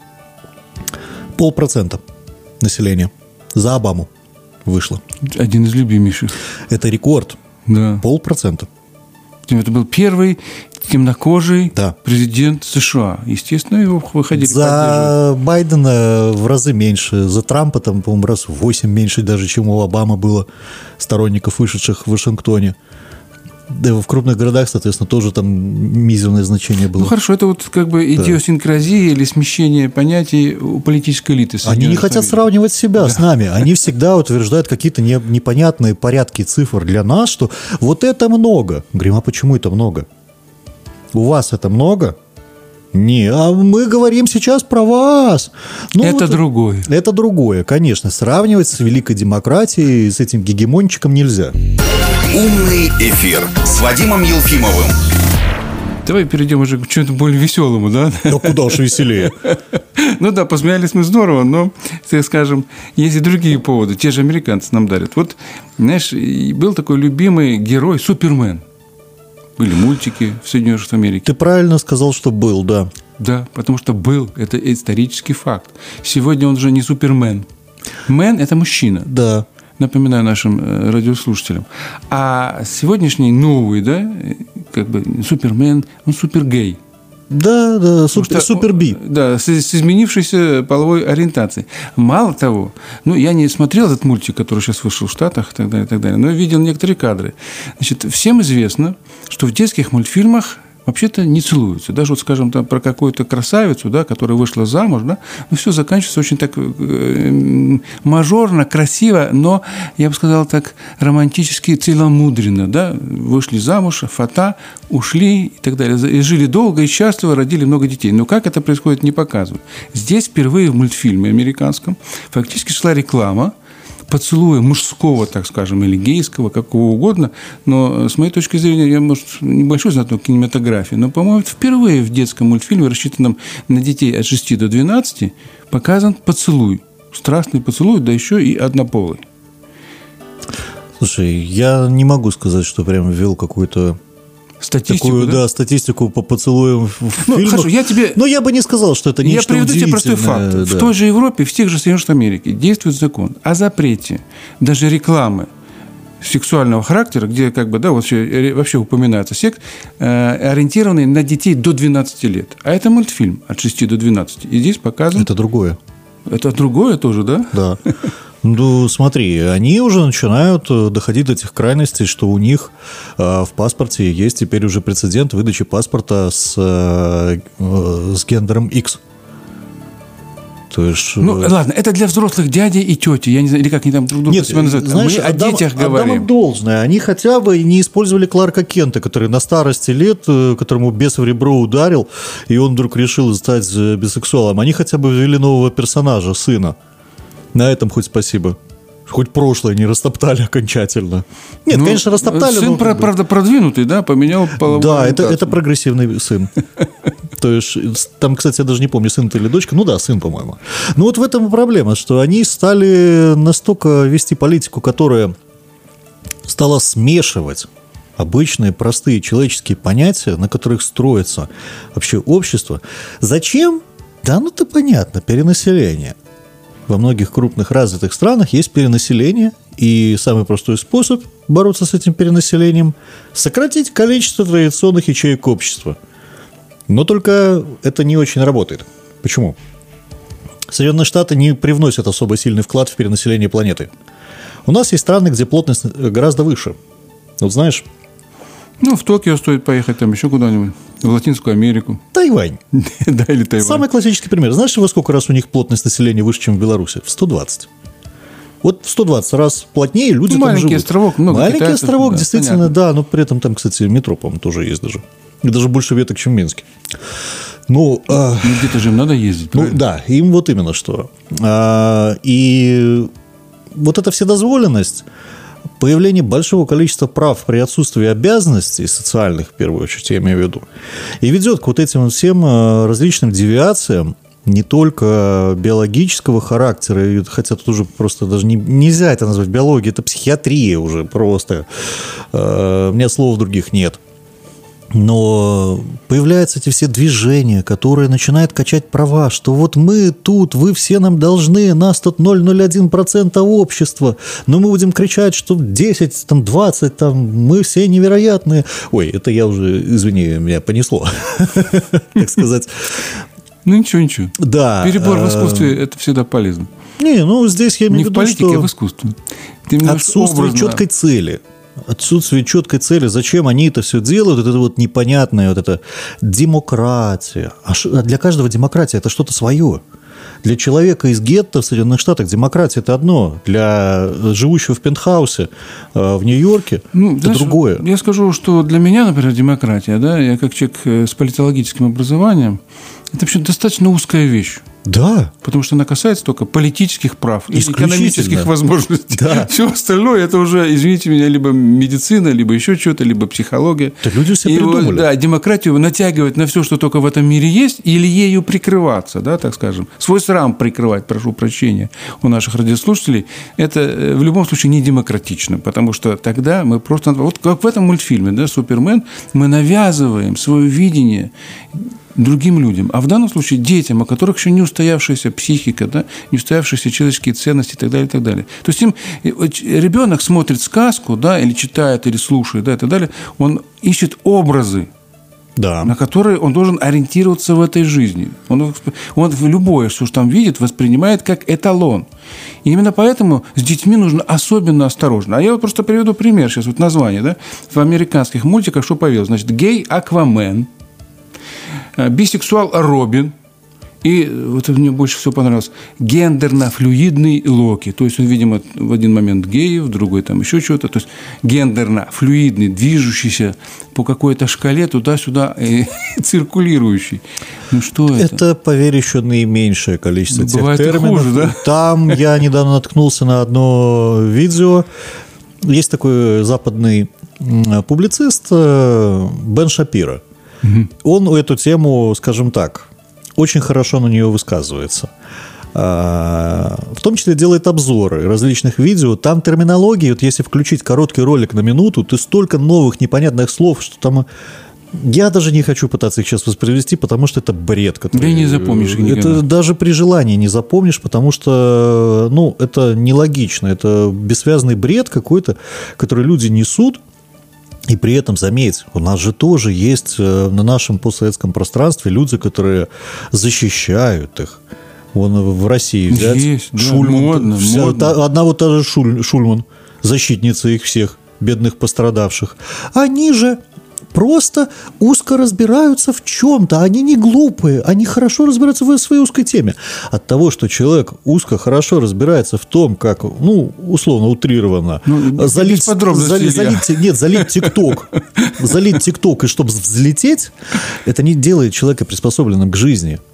Полпроцента населения за Обаму вышло. Один из любимейших. Это рекорд. Да. Полпроцента. Это был первый темнокожий да. президент США. Естественно, его выходили за Байдена в разы меньше. За Трампа, там, по-моему, раз в восемь меньше даже, чем у Обамы было сторонников, вышедших в Вашингтоне. Да, в крупных городах, соответственно, тоже там мизерное значение было. Ну, хорошо, это вот как бы идиосинкразия да. или смещение понятий у политической элиты. Они не хотят сравнивать себя да. с нами. Они всегда утверждают какие-то не, непонятные порядки цифр для нас, что вот это много. Говорим, а почему это много? У вас это много? Не, а мы говорим сейчас про вас. Ну, это вот, другое. Это другое, конечно. Сравнивать с великой демократией, с этим гегемончиком нельзя. Умный эфир с Вадимом Елфимовым. Давай перейдем уже к чему-то более веселому, да? Да куда уж веселее. Ну да, посмеялись мы здорово, но, так скажем, есть и другие поводы. Те же американцы нам дарят. Вот, знаешь, был такой любимый герой Супермен. Были мультики в Соединенных Штатах Америки. Ты правильно сказал, что был, да. Да, потому что был. Это исторический факт. Сегодня он уже не Супермен. Мэн – это мужчина. Да. Напоминаю нашим радиослушателям. А сегодняшний новый, да, как бы Супермен, он супергей. Да, да, супер, суперби. Да, с, с изменившейся половой ориентацией. Мало того, ну, я не смотрел этот мультик, который сейчас вышел в Штатах и так далее, и так далее, но видел некоторые кадры. Значит, всем известно, что в детских мультфильмах вообще-то не целуются. Даже, вот, скажем, там, про какую-то красавицу, да, которая вышла замуж, да, ну, все заканчивается очень так э, мажорно, красиво, но, я бы сказал так, романтически целомудренно, да, вышли замуж, фата, ушли и так далее, и жили долго и счастливо, родили много детей. Но как это происходит, не показывают. Здесь впервые в мультфильме американском фактически шла реклама поцелуя мужского, так скажем, или гейского, какого угодно, но, с моей точки зрения, я, может, небольшой знаток кинематографии, но, по-моему, впервые в детском мультфильме, рассчитанном на детей от шести до двенадцати, показан поцелуй, страстный поцелуй, да еще и однополый. Слушай, я не могу сказать, что прям ввел какую-то статистику, такую, да? да, статистику по поцелуям в ну, фильмах. Хорошо, я тебе... Но я бы не сказал, что это нечто удивительное. Я приведу тебе простой факт. Да. В той же Европе, в тех же Соединенных Штатах Америки действует закон о запрете даже рекламы сексуального характера, где как бы, да, вообще, вообще упоминается секс, э, ориентированный на детей до двенадцати лет. А это мультфильм от шести до двенадцати. И здесь показано... Это другое. Это другое тоже, да? Да. Ну, смотри, они уже начинают доходить до тех крайностей, что у них э, в паспорте есть теперь уже прецедент выдачи паспорта с, э, с гендером X. То есть, ну, э... ладно, это для взрослых дядей и тети, я не знаю, или как они там друг друга себя называют. Знаешь, мы отдам, о детях говорим. Отдам им должное. Они хотя бы не использовали Кларка Кента, который на старости лет, которому бес в ребро ударил, и он вдруг решил стать бисексуалом. Они хотя бы ввели нового персонажа, сына. На этом хоть спасибо. Хоть прошлое не растоптали окончательно. Нет, ну, конечно, растоптали. Сын, но... правда, продвинутый, да, поменял половую Да, это, это прогрессивный сын. То есть, там, кстати, я даже не помню, сын ты или дочка. Ну да, сын, по-моему. Ну вот в этом и проблема, что они стали настолько вести политику, которая стала смешивать обычные простые человеческие понятия, на которых строится вообще общество. Зачем? Да, ну это понятно, перенаселение. Во многих крупных развитых странах есть перенаселение, и самый простой способ бороться с этим перенаселением – сократить количество традиционных ячеек общества. Но только это не очень работает. Почему? Соединенные Штаты не привносят особо сильный вклад в перенаселение планеты. У нас есть страны, где плотность гораздо выше. Вот знаешь... Ну, в Токио стоит поехать, там еще куда-нибудь, в Латинскую Америку. Тайвань. Да, или Тайвань. Самый классический пример. Знаешь, во сколько раз у них плотность населения выше, чем в Беларуси? В сто двадцать. Вот в сто двадцать раз плотнее люди ну, там маленький живут. Островок, много Маленький китайцев, островок, да, действительно, понятно. да. Но при этом там, кстати, метро, по-моему, тоже есть даже. И даже больше веток, чем в Минске. Ну, а... ну где-то же им надо ездить. Ну, правильно? да, им вот именно что. А, и вот эта вседозволенность, появление большого количества прав при отсутствии обязанностей социальных, в первую очередь, я имею в виду, и ведет к вот этим всем различным девиациям, не только биологического характера, хотя тут уже просто даже не, нельзя это назвать биологией, это психиатрия уже просто. У меня слов других нет. Но появляются эти все движения, которые начинают качать права, что вот мы тут, вы все нам должны, нас тут ноль целых ноль один процента общества, но мы будем кричать, что десять, там, двадцать, там, мы все невероятные. Ой, это я уже, извини, меня понесло, так сказать. Ну, ничего, ничего. Да. Перебор в искусстве – это всегда полезно. Не, ну, здесь я имею в виду, Не в политике, что... а в искусстве. Ты отсутствие образно... четкой цели. Отсутствие четкой цели, зачем они это все делают, это вот непонятная вот эта демократия. А для каждого демократия – это что-то свое. Для человека из гетто в Соединенных Штатах демократия – это одно. Для живущего в пентхаусе в Нью-Йорке ну, это знаешь, другое. Я скажу, что для меня, например, демократия, да, я как человек с политологическим образованием, это вообще достаточно узкая вещь. Да. Потому что она касается только политических прав и экономических возможностей. Да. Все остальное – это уже, извините меня, либо медицина, либо еще что-то, либо психология. Так люди все и придумали. Да, демократию натягивать на все, что только в этом мире есть, или ею прикрываться, да, так скажем. Свой срам прикрывать, прошу прощения, у наших радиослушателей, это в любом случае не демократично, потому что тогда мы просто… Вот как в этом мультфильме, да, «Супермен», мы навязываем свое видение другим людям, а в данном случае детям, у которых еще не устоявшаяся психика, да, не устоявшиеся человеческие ценности и так далее, и так далее. То есть им ребенок смотрит сказку, да, или читает, или слушает, да, и так далее, он ищет образы, да. на которые он должен ориентироваться в этой жизни. Он, он любое, что там видит, воспринимает как эталон. И именно поэтому с детьми нужно особенно осторожно. А я вот просто приведу пример сейчас, вот название, да, в американских мультиках что появилось? Значит, гей Аквамен, бисексуал Робин и, вот мне больше всего понравилось, гендерно-флюидный Локи. То есть он, видимо, в один момент гей, в другой там еще что-то. То есть гендерно-флюидный, движущийся по какой-то шкале туда-сюда и циркулирующий. Ну что это? Это, поверь, еще наименьшее количество тех Бывает и терминов. хуже, да? Там я недавно наткнулся на одно видео. Есть такой западный публицист Бен Шапиро. Он эту тему, скажем так, очень хорошо на нее высказывается. В том числе делает обзоры различных видео. Там терминологии, вот если включить короткий ролик на минуту, то столько новых непонятных слов, что там... Я даже не хочу пытаться их сейчас воспроизвести, потому что это бред. Который... Да и не запомнишь их никогда. Это даже при желании не запомнишь, потому что, ну, это нелогично. Это бессвязный бред какой-то, который люди несут. И при этом, заметь, у нас же тоже есть на нашем постсоветском пространстве люди, которые защищают их. Вон в России взять есть, да, Шульман. модно, вся, модно. Та, одна вот та же Шуль, Шульман, защитница их всех, бедных пострадавших. Они же просто узко разбираются в чем-то. Они не глупые, они хорошо разбираются в своей узкой теме. От того, что человек узко хорошо разбирается в том, как, ну, условно, утрированно, ну, залить, залить, залить, нет, залить ТикТок, залить ТикТок, и чтобы взлететь, это не делает человека приспособленным к жизни.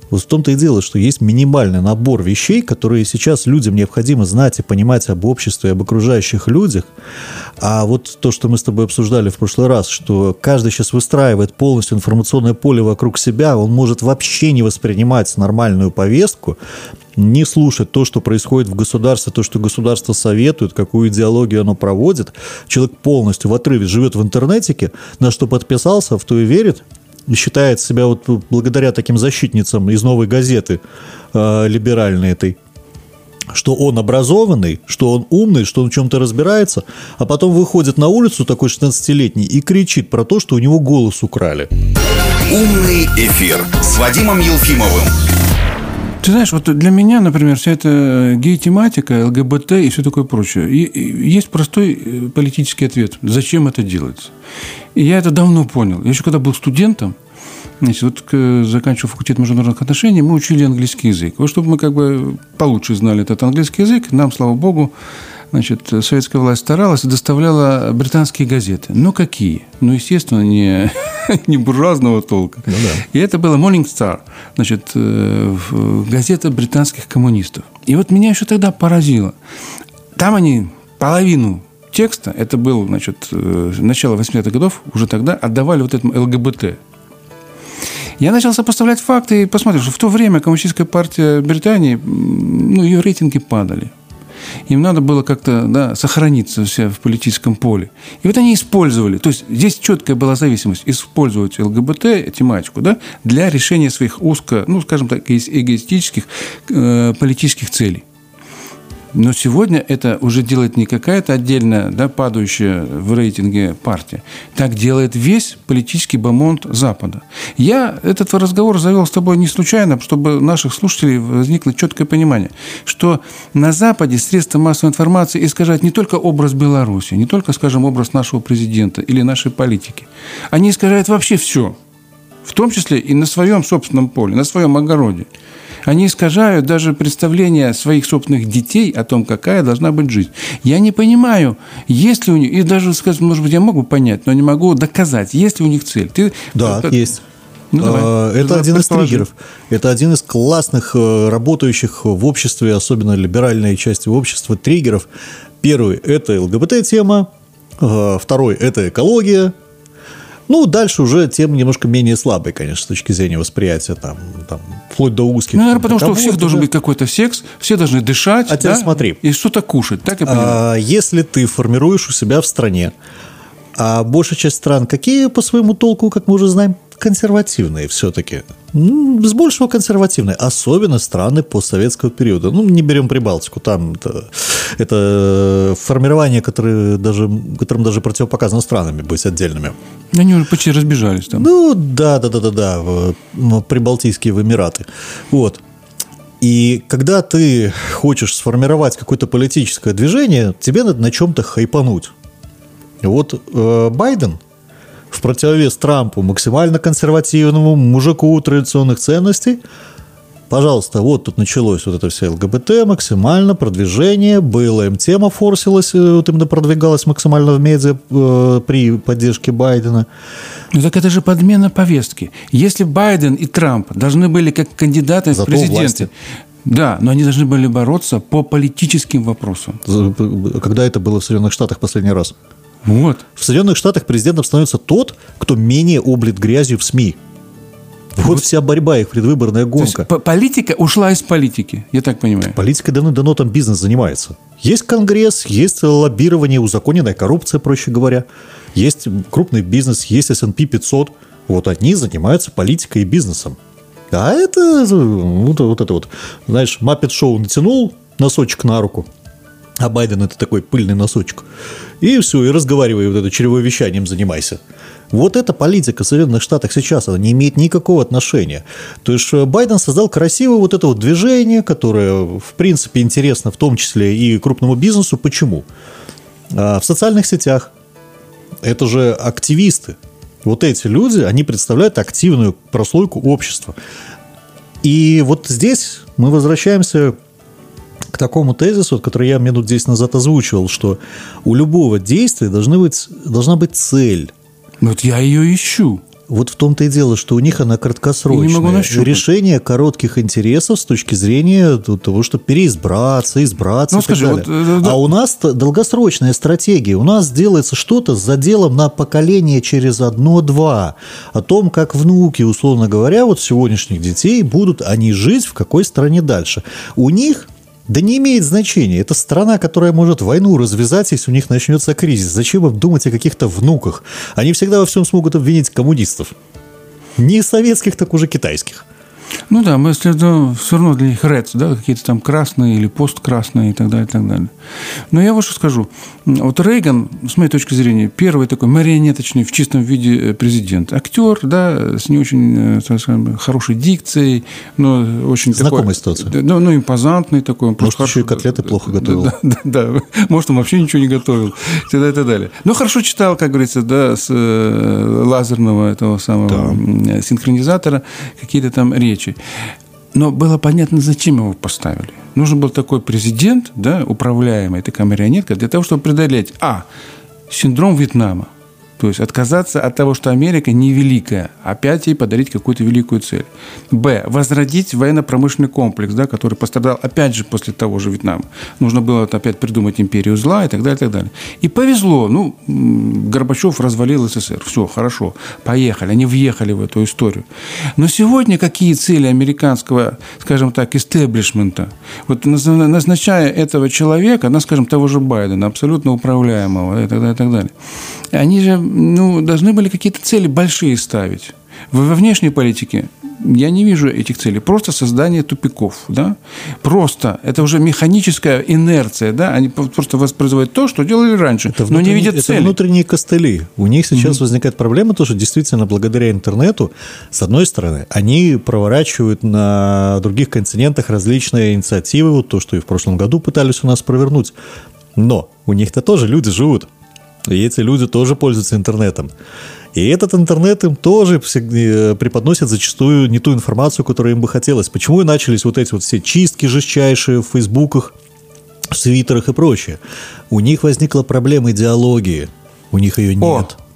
Вот в том-то и дело, что есть минимальный набор вещей, которые сейчас людям необходимо знать и понимать об обществе, об окружающих людях. А вот то, что мы с тобой обсуждали в прошлый раз, что каждый сейчас выстраивает полностью информационное поле вокруг себя, он может вообще не воспринимать нормальную повестку, не слушать то, что происходит в государстве, то, что государство советует, какую идеологию оно проводит. Человек полностью в отрыве живет в интернетике, на что подписался, в то и верит, и считает себя вот благодаря таким защитницам из «Новой газеты» э, либеральной этой, что он образованный, что он умный, что он в чем-то разбирается, а потом выходит на улицу такой шестнадцатилетний и кричит про то, что у него голос украли. Умный эфир с Вадимом Елфимовым. Ты знаешь, вот для меня, например, вся эта гей-тематика, ЛГБТ и все такое прочее, и, и есть простой политический ответ. Зачем это делается? И я это давно понял. Я еще когда был студентом, значит, вот заканчивая факультет международных отношений, мы учили английский язык. Вот чтобы мы как бы получше знали этот английский язык, нам, слава богу, значит, советская власть старалась и доставляла британские газеты. Ну, какие? Ну, естественно, не, не буржуазного толка. Ну, да. И это было Morning Star, значит, газета британских коммунистов. И вот меня еще тогда поразило. Там они половину текста, это было, значит, начало восьмидесятых годов, уже тогда отдавали вот этому ЛГБТ. Я начал сопоставлять факты и посмотрел, что в то время Коммунистическая партия Британии, ну, ее рейтинги падали. Им надо было как-то, да, сохраниться все в политическом поле. И вот они использовали, то есть здесь четкая была зависимость, использовать ЛГБТ, тематику, да, для решения своих узко, ну, скажем так, эгоистических э, политических целей. Но сегодня это уже делает не какая-то отдельная, да, падающая в рейтинге партия. Так делает весь политический бомонд Запада. Я этот разговор завел с тобой не случайно, чтобы у наших слушателей возникло четкое понимание, что на Западе средства массовой информации искажают не только образ Беларуси, не только, скажем, образ нашего президента или нашей политики. Они искажают вообще все. В том числе и на своем собственном поле, на своем огороде. Они искажают даже представление своих собственных детей о том, какая должна быть жизнь. Я не понимаю, есть ли у них, и даже, скажем, может быть, я могу понять, но не могу доказать, есть ли у них цель. Ты, да, это, есть. Ну, давай. Это один из триггеров. Это один из классных, работающих в обществе, особенно либеральной части общества, триггеров. Первый – это ЛГБТ-тема. Второй – это экология. Ну, дальше уже тема немножко менее слабая, конечно, с точки зрения восприятия, там, там вплоть до узких. Ну, наверное, потому что у всех да? должен быть какой-то секс, все должны дышать, а теперь да? смотри. И что-то кушать, так я понимаю. А, если ты формируешь у себя в стране, а большая часть стран, какие по своему толку, как мы уже знаем, консервативные все-таки. Ну, с большего консервативные. Особенно страны постсоветского периода. Ну, не берем Прибалтику. Там это, это формирование, которые даже, которым даже противопоказано странами быть отдельными. Они уже почти разбежались там. Ну, да, да, да, да, да. В, в Прибалтийские, в Эмираты. Вот. И когда ты хочешь сформировать какое-то политическое движение, тебе надо на чем-то хайпануть. Вот э, Байден в противовес Трампу, максимально консервативному мужику традиционных ценностей, пожалуйста, вот тут началось вот это все ЛГБТ, максимально продвижение, БЛМ-тема форсилась, вот именно продвигалась максимально в медиа э, при поддержке Байдена. Ну так это же подмена повестки. Если Байден и Трамп должны были как кандидаты в президенты, да, но они должны были бороться по политическим вопросам. Когда это было в Соединенных Штатах последний раз? Вот. В Соединенных Штатах президентом становится тот, кто менее облит грязью в СМИ. Вот, вот вся борьба, их предвыборная гонка. То есть политика ушла из политики, я так понимаю. Политикой давно-давно там бизнес занимается. Есть Конгресс, есть лоббирование, узаконенная коррупция, проще говоря. Есть крупный бизнес, есть эс энд пи пятьсот. Вот они занимаются политикой и бизнесом. А это вот, вот это вот, знаешь, Маппет-шоу натянул носочек на руку, а Байден это такой пыльный носочек. И все, и разговаривай, вот это чревовещанием занимайся. Вот эта политика в Соединенных Штатах сейчас, она не имеет никакого отношения. То есть Байден создал красивое вот это вот движение, которое, в принципе, интересно в том числе и крупному бизнесу. Почему? В социальных сетях это же активисты. Вот эти люди, они представляют активную прослойку общества. И вот здесь мы возвращаемся к такому тезису, который я минут десять назад озвучивал, что у любого действия должна быть, должна быть цель. Вот я ее ищу. Вот в том-то и дело, что у них она краткосрочная. Решение коротких интересов с точки зрения того, чтобы переизбраться, избраться ну, и скажи, так далее. Вот, да. А у нас долгосрочная стратегия. У нас делается что-то с заделом на поколение через одно-два. О том, как внуки, условно говоря, вот сегодняшних детей будут они жить в какой стране дальше. У них... Да не имеет значения. Это страна, которая может войну развязать, если у них начнется кризис. Зачем им думать о каких-то внуках? Они всегда во всем смогут обвинить коммунистов. Не советских, так уже китайских. Ну да, мы следуем все равно для них рец, да, какие-то там красные или посткрасные и так далее, и так далее. Но я вот что скажу. Вот Рейган, с моей точки зрения, первый такой марионеточный в чистом виде президент. Актер, да, с не очень, так скажем, хорошей дикцией, но очень знакомая такой... ситуация. Ну, ну, импозантный такой. Может, еще хорошо, и котлеты плохо готовил. Да, да, да, может, он вообще ничего не готовил. И так далее. Но хорошо читал, как говорится, да, с лазерного этого самого да. синхронизатора какие-то там речи. Но было понятно, зачем его поставили. Нужен был такой президент, да, управляемый, такая марионетка, для того, чтобы преодолеть, а, синдром Вьетнама. То есть отказаться от того, что Америка не великая, опять ей подарить какую-то великую цель. Б. Возродить военно-промышленный комплекс, да, который пострадал опять же после того же Вьетнама. Нужно было опять придумать империю зла и так далее, и так далее. И повезло. Ну, Горбачев развалил СССР. Все, хорошо, поехали. Они въехали в эту историю. Но сегодня какие цели американского, скажем так, истеблишмента? Вот назначая этого человека, ну, скажем, того же Байдена, абсолютно управляемого и так далее, и так далее. Они же ну, должны были какие-то цели большие ставить. Во внешней политике я не вижу этих целей. Просто создание тупиков. Да? Просто. Это уже механическая инерция. Да? Они просто воспроизводят то, что делали раньше, это но не видят это цели. Это внутренние костыли. У них сейчас mm-hmm. возникает проблема, то, что действительно благодаря интернету, с одной стороны, они проворачивают на других континентах различные инициативы, вот то, что и в прошлом году пытались у нас провернуть. Но у них-то тоже люди живут. И эти люди тоже пользуются интернетом. И этот интернет им тоже преподносит зачастую не ту информацию, которую им бы хотелось. Почему и начались вот эти вот все чистки жестчайшие в фейсбуках, в твиттерах и прочее? У них возникла проблема идеологии. У них ее нет. О!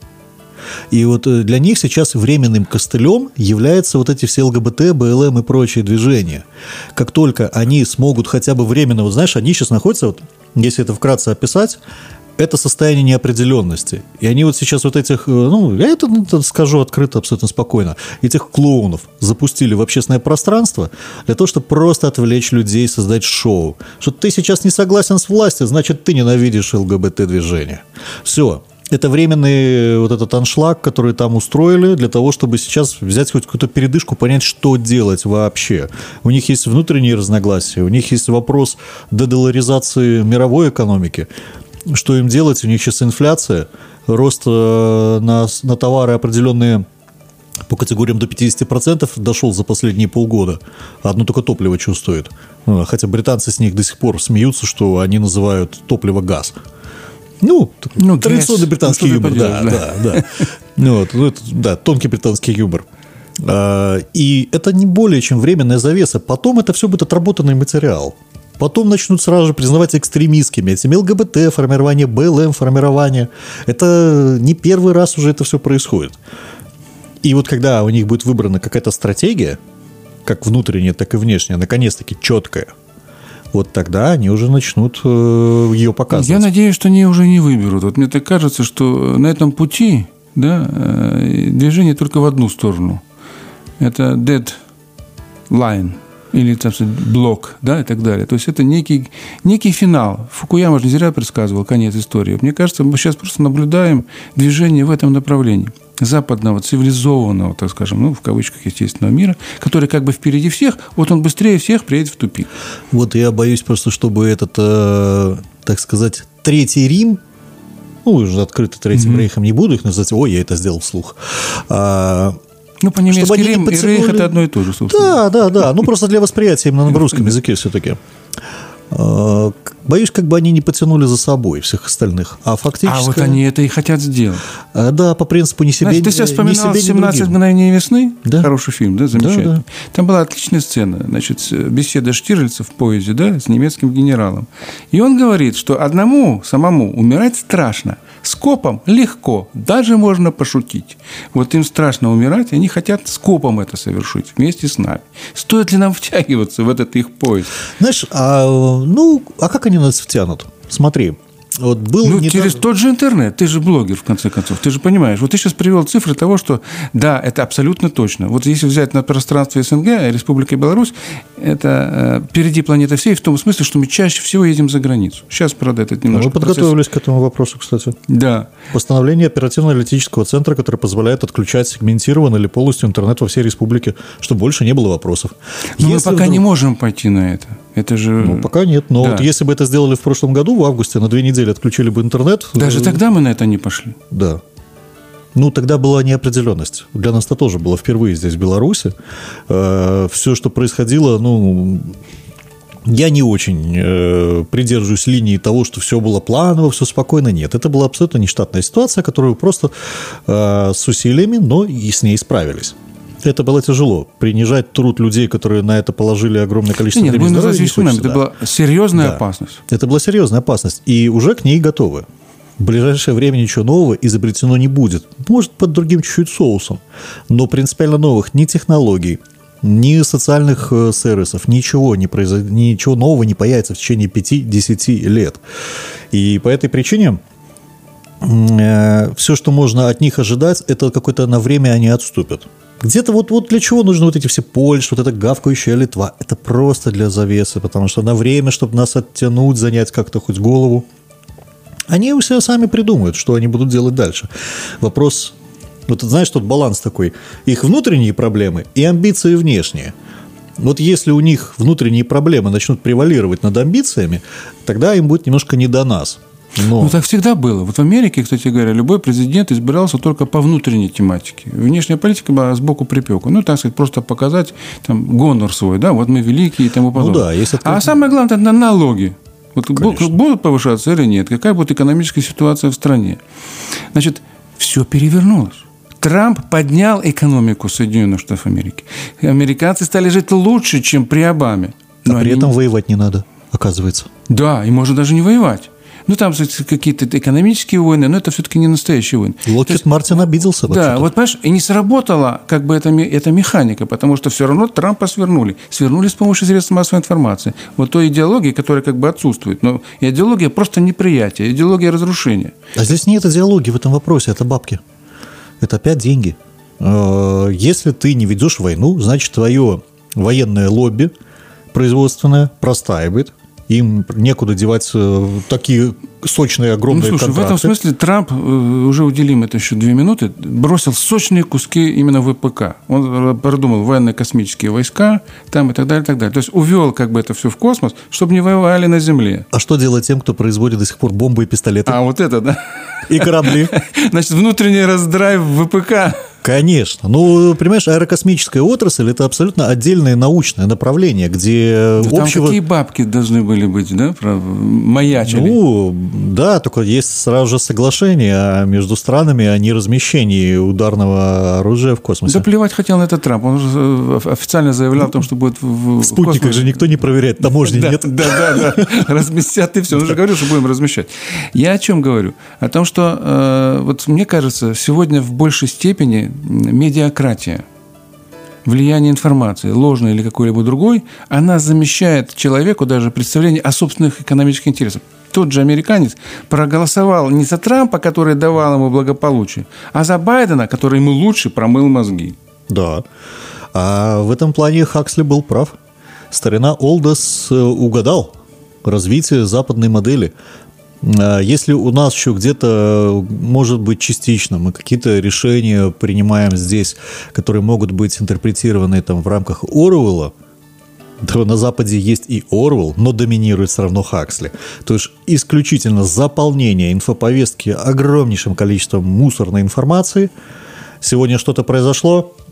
И вот для них сейчас временным костылем являются вот эти все ЛГБТ, БЛМ и прочие движения. Как только они смогут хотя бы временно, вот знаешь, они сейчас находятся, вот, если это вкратце описать, это состояние неопределенности. И они вот сейчас вот этих, ну, я это, это скажу открыто, абсолютно спокойно, этих клоунов запустили в общественное пространство для того, чтобы просто отвлечь людей, создать шоу. Что ты сейчас не согласен с властью, значит, ты ненавидишь ЛГБТ-движение. Все. Это временный вот этот аншлаг, который там устроили для того, чтобы сейчас взять хоть какую-то передышку, понять, что делать вообще. У них есть внутренние разногласия, у них есть вопрос дедоларизации мировой экономики. Что им делать? У них сейчас инфляция, рост на, на товары определенные по категориям до пятьдесят процентов дошел за последние полгода. Одно только топливо чувствует. Хотя британцы с них до сих пор смеются, что они называют топливо газ. Ну, ну традиционный британский ну, юмор. Да, да, да. Ну, вот, ну, это, да, тонкий британский юмор. И это не более чем временная завеса. Потом это все будет отработанный материал. Потом начнут сразу же признавать экстремистскими этими ЛГБТ, формирование, БЛМ, формирование. Это не первый раз уже это все происходит. И вот когда у них будет выбрана какая-то стратегия, как внутренняя, так и внешняя, наконец-таки четкая, вот тогда они уже начнут ее показывать. Я надеюсь, что они уже не выберут. Вот мне так кажется, что на этом пути, да, движение только в одну сторону. Это deadline. Или, так сказать, блок, да, и так далее. То есть это некий, некий финал. Фукуяма же не зря предсказывал конец истории. Мне кажется, мы сейчас просто наблюдаем движение в этом направлении. Западного, цивилизованного, так скажем, ну, в кавычках, естественного мира, который как бы впереди всех, вот он быстрее всех приедет в тупик. Вот я боюсь просто, чтобы этот, э, так сказать, Третий Рим, ну, уже открыто Третьим mm-hmm. Рейхом не буду их называть, ой, я это сделал вслух, а, ну, по-немецки Рим и Рейх – это одно и то же, собственно. Да, да, да. Ну, просто для восприятия именно на русском языке все-таки. Боюсь, как бы они не потянули за собой всех остальных. А фактически... А вот они это и хотят сделать. Да, по принципу не себе, Знаешь, ты сейчас ни вспоминал себе, ни «семнадцать другим. мгновений весны». Да. Хороший фильм, да, замечательный. Да, да. Там была отличная сцена. Значит, беседа Штирлица в поезде, да, с немецким генералом. И он говорит, что одному самому умирать страшно. Скопом легко, даже можно пошутить. Вот им страшно умирать, они хотят скопом это совершить вместе с нами. Стоит ли нам втягиваться в этот их поезд? Знаешь, а, ну, а как они нас втянут? Смотри, вот был ну, недавно... через тот же интернет. Ты же блогер, в конце концов. Ты же понимаешь. Вот ты сейчас привел цифры того, что да, это абсолютно точно. Вот если взять на пространстве СНГ, Республика Беларусь, это э, впереди планеты всей в том смысле, что мы чаще всего едем за границу. Сейчас, правда, это немножко... Мы подготовились процесс... к этому вопросу, кстати. Да. Постановление оперативно-аналитического центра, которое позволяет отключать сегментированно или полностью интернет во всей республике, чтобы больше не было вопросов. Но мы пока вдруг... не можем пойти на это. Это же... Ну, пока нет. Но да. вот если бы это сделали в прошлом году, в августе, на две недели отключили бы интернет... Даже тогда мы на это не пошли. Да. Ну, тогда была неопределенность. Для нас это тоже было впервые здесь, в Беларуси. Все, что происходило, ну... Я не очень э, придерживаюсь линии того, что все было планово, все спокойно. Нет, это была абсолютно нештатная ситуация, которую просто э, с усилиями, но и с ней справились. Это было тяжело. Принижать труд людей, которые на это положили огромное количество нет, времени. Нет, не хочется, это да. была серьезная да. опасность. Это была серьезная опасность. И уже к ней готовы. В ближайшее время ничего нового изобретено не будет. Может, под другим чуть-чуть соусом. Но принципиально новых ни технологий, ни социальных сервисов, ничего, не произойдет, ничего нового не появится в течение пяти-десяти лет. И по этой причине э, все, что можно от них ожидать, это какое-то на время они отступят. Где-то вот, вот для чего нужны вот эти все Польши, вот эта гавкающая Литва? Это просто для завесы, потому что на время, чтобы нас оттянуть, занять как-то хоть голову. Они все сами придумают, что они будут делать дальше. Вопрос... Вот ты знаешь, тут баланс такой. Их внутренние проблемы и амбиции внешние. Вот если у них внутренние проблемы начнут превалировать над амбициями, тогда им будет немножко не до нас. Но... Ну, так всегда было. Вот в Америке, кстати говоря, любой президент избирался только по внутренней тематике. Внешняя политика была сбоку припеку. Ну, так сказать, просто показать там гонор свой, да, вот мы великие и тому подобное. Ну, да, если это... А самое главное, это налоги. Вот будут повышаться или нет? Какая будет экономическая ситуация в стране? Значит, все перевернулось. Трамп поднял экономику Соединенных Штатов Америки. Американцы стали жить лучше, чем при Обаме. Но а при этом не... воевать не надо, оказывается. Да, и можно даже не воевать. Ну, там какие-то экономические войны, но это все-таки не настоящие войны. Локхид Мартин обиделся. Да, вот, понимаешь, и не сработала как бы эта, эта механика, потому что все равно Трампа свернули. Свернули с помощью средств массовой информации. Вот той идеологии, которая как бы отсутствует. Но идеология просто неприятие, идеология разрушения. А здесь нет идеологии в этом вопросе, это бабки. Это опять деньги. Если ты не ведешь войну, значит, твое военное лобби производственное простаивает. Им некуда девать такие сочные, огромные ну, слушай, контракты. В этом смысле Трамп, уже уделим это еще две минуты, бросил сочные куски именно в ВПК. Он продумал военно-космические войска там и так далее, и так далее. То есть увел как бы это все в космос, чтобы не воевали на Земле. А что делать тем, кто производит до сих пор бомбы и пистолеты? А вот это, да. И корабли. Значит, внутренний раздрайв в ВПК. Конечно. Ну, понимаешь, аэрокосмическая отрасль – это абсолютно отдельное научное направление, где ну, там общего... какие бабки должны были быть, да? Маячили. Ну, да, только есть сразу же соглашение между странами о неразмещении ударного оружия в космосе. Да плевать хотел на это Трамп. Он же официально заявлял о том, что будет в, в спутниках космосе. Же никто не проверяет, таможни да, нет. Да, да, да. Разместят и все. Он же говорил, что будем размещать. Я о чем говорю? О том, что э, вот мне кажется, сегодня в большей степени медиакратия, влияние информации, ложной или какой-либо другой, она замещает человеку даже представление о собственных экономических интересах. Тот же американец проголосовал не за Трампа, который давал ему благополучие, а за Байдена, который ему лучше промыл мозги. Да. А в этом плане Хаксли был прав. Старина Олдос угадал развитие западной модели. Если у нас еще где-то, может быть, частично мы какие-то решения принимаем здесь, которые могут быть интерпретированы там в рамках Оруэлла, то на Западе есть и Оруэлл, но доминирует все равно Хаксли. То есть исключительно заполнение инфоповестки огромнейшим количеством мусорной информации. Сегодня что-то произошло,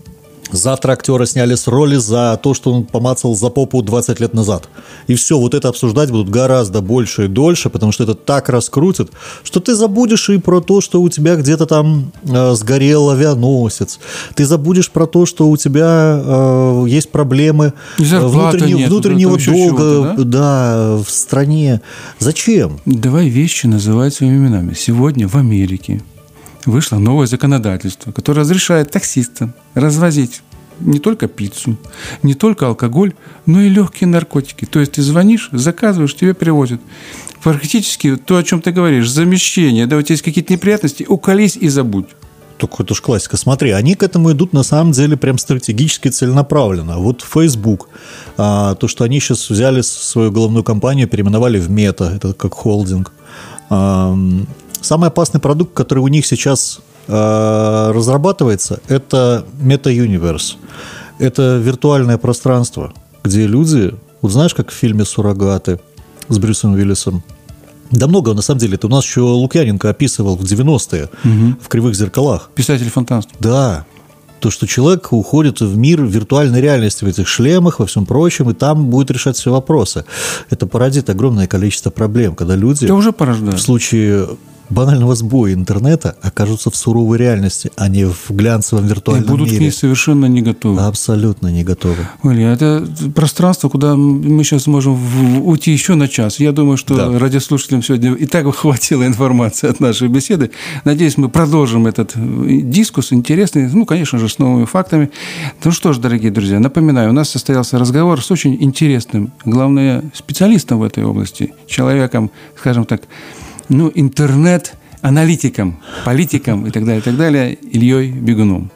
Завтра актера сняли с роли за то, что он помацал за попу двадцать лет назад. И все, вот это обсуждать будут гораздо больше и дольше, потому что это так раскрутит, что ты забудешь и про то, что у тебя где-то там э, сгорел авианосец. Ты забудешь про то, что у тебя э, есть проблемы внутренне, нет, внутреннего долга, да? Да, в стране. Зачем? Давай вещи называть своими именами. Сегодня в Америке вышло новое законодательство, которое разрешает таксистам развозить не только пиццу, не только алкоголь, но и легкие наркотики. То есть ты звонишь, заказываешь, тебе привозят. Практически то, о чем ты говоришь, замещение, да, у тебя есть какие-то неприятности, уколись и забудь. Только это уж классика. Смотри, они к этому идут на самом деле прям стратегически целенаправленно. Вот Facebook, а, то, что они сейчас взяли свою головную компанию, переименовали в Мета, это как холдинг. А, самый опасный продукт, который у них сейчас э, разрабатывается, это Meta-Universe. Это виртуальное пространство, где люди, вот знаешь, как в фильме «Суррогаты» с Брюсом Уиллисом, да много, на самом деле, это у нас еще Лукьяненко описывал в девяностые, угу. в «Кривых зеркалах». Писатель-фантаст. Да. То, что человек уходит в мир виртуальной реальности в этих шлемах, во всем прочем, и там будет решать все вопросы. Это породит огромное количество проблем, когда люди... Это уже порождает. В случае банального сбоя интернета окажутся в суровой реальности, а не в глянцевом виртуальном мире. И будут мире. к ней совершенно не готовы. Абсолютно не готовы. Илья, это пространство, куда мы сейчас можем уйти еще на час. Я думаю, что да. радиослушателям сегодня и так хватило информации от нашей беседы. Надеюсь, мы продолжим этот дискус интересный, ну, конечно же, с новыми фактами. Ну что ж, дорогие друзья, напоминаю, у нас состоялся разговор с очень интересным, главное, специалистом в этой области, человеком, скажем так, ну, интернет-аналитиком, политиком и так далее, и так далее, Ильей Бегуном.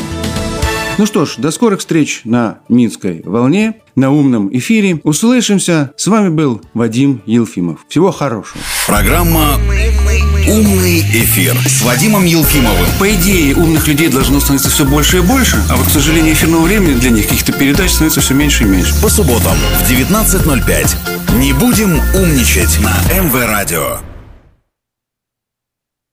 Ну что ж, до скорых встреч на Минской волне, на умном эфире. Услышимся. С вами был Вадим Елфимов. Всего хорошего. Программа «Умный эфир» с Вадимом Елфимовым. По идее, умных людей должно становиться все больше и больше, а вот, к сожалению, эфирного времени для них, каких-то передач, становится все меньше и меньше. По субботам в девятнадцать ноль пять. Не будем умничать на эм вэ радио.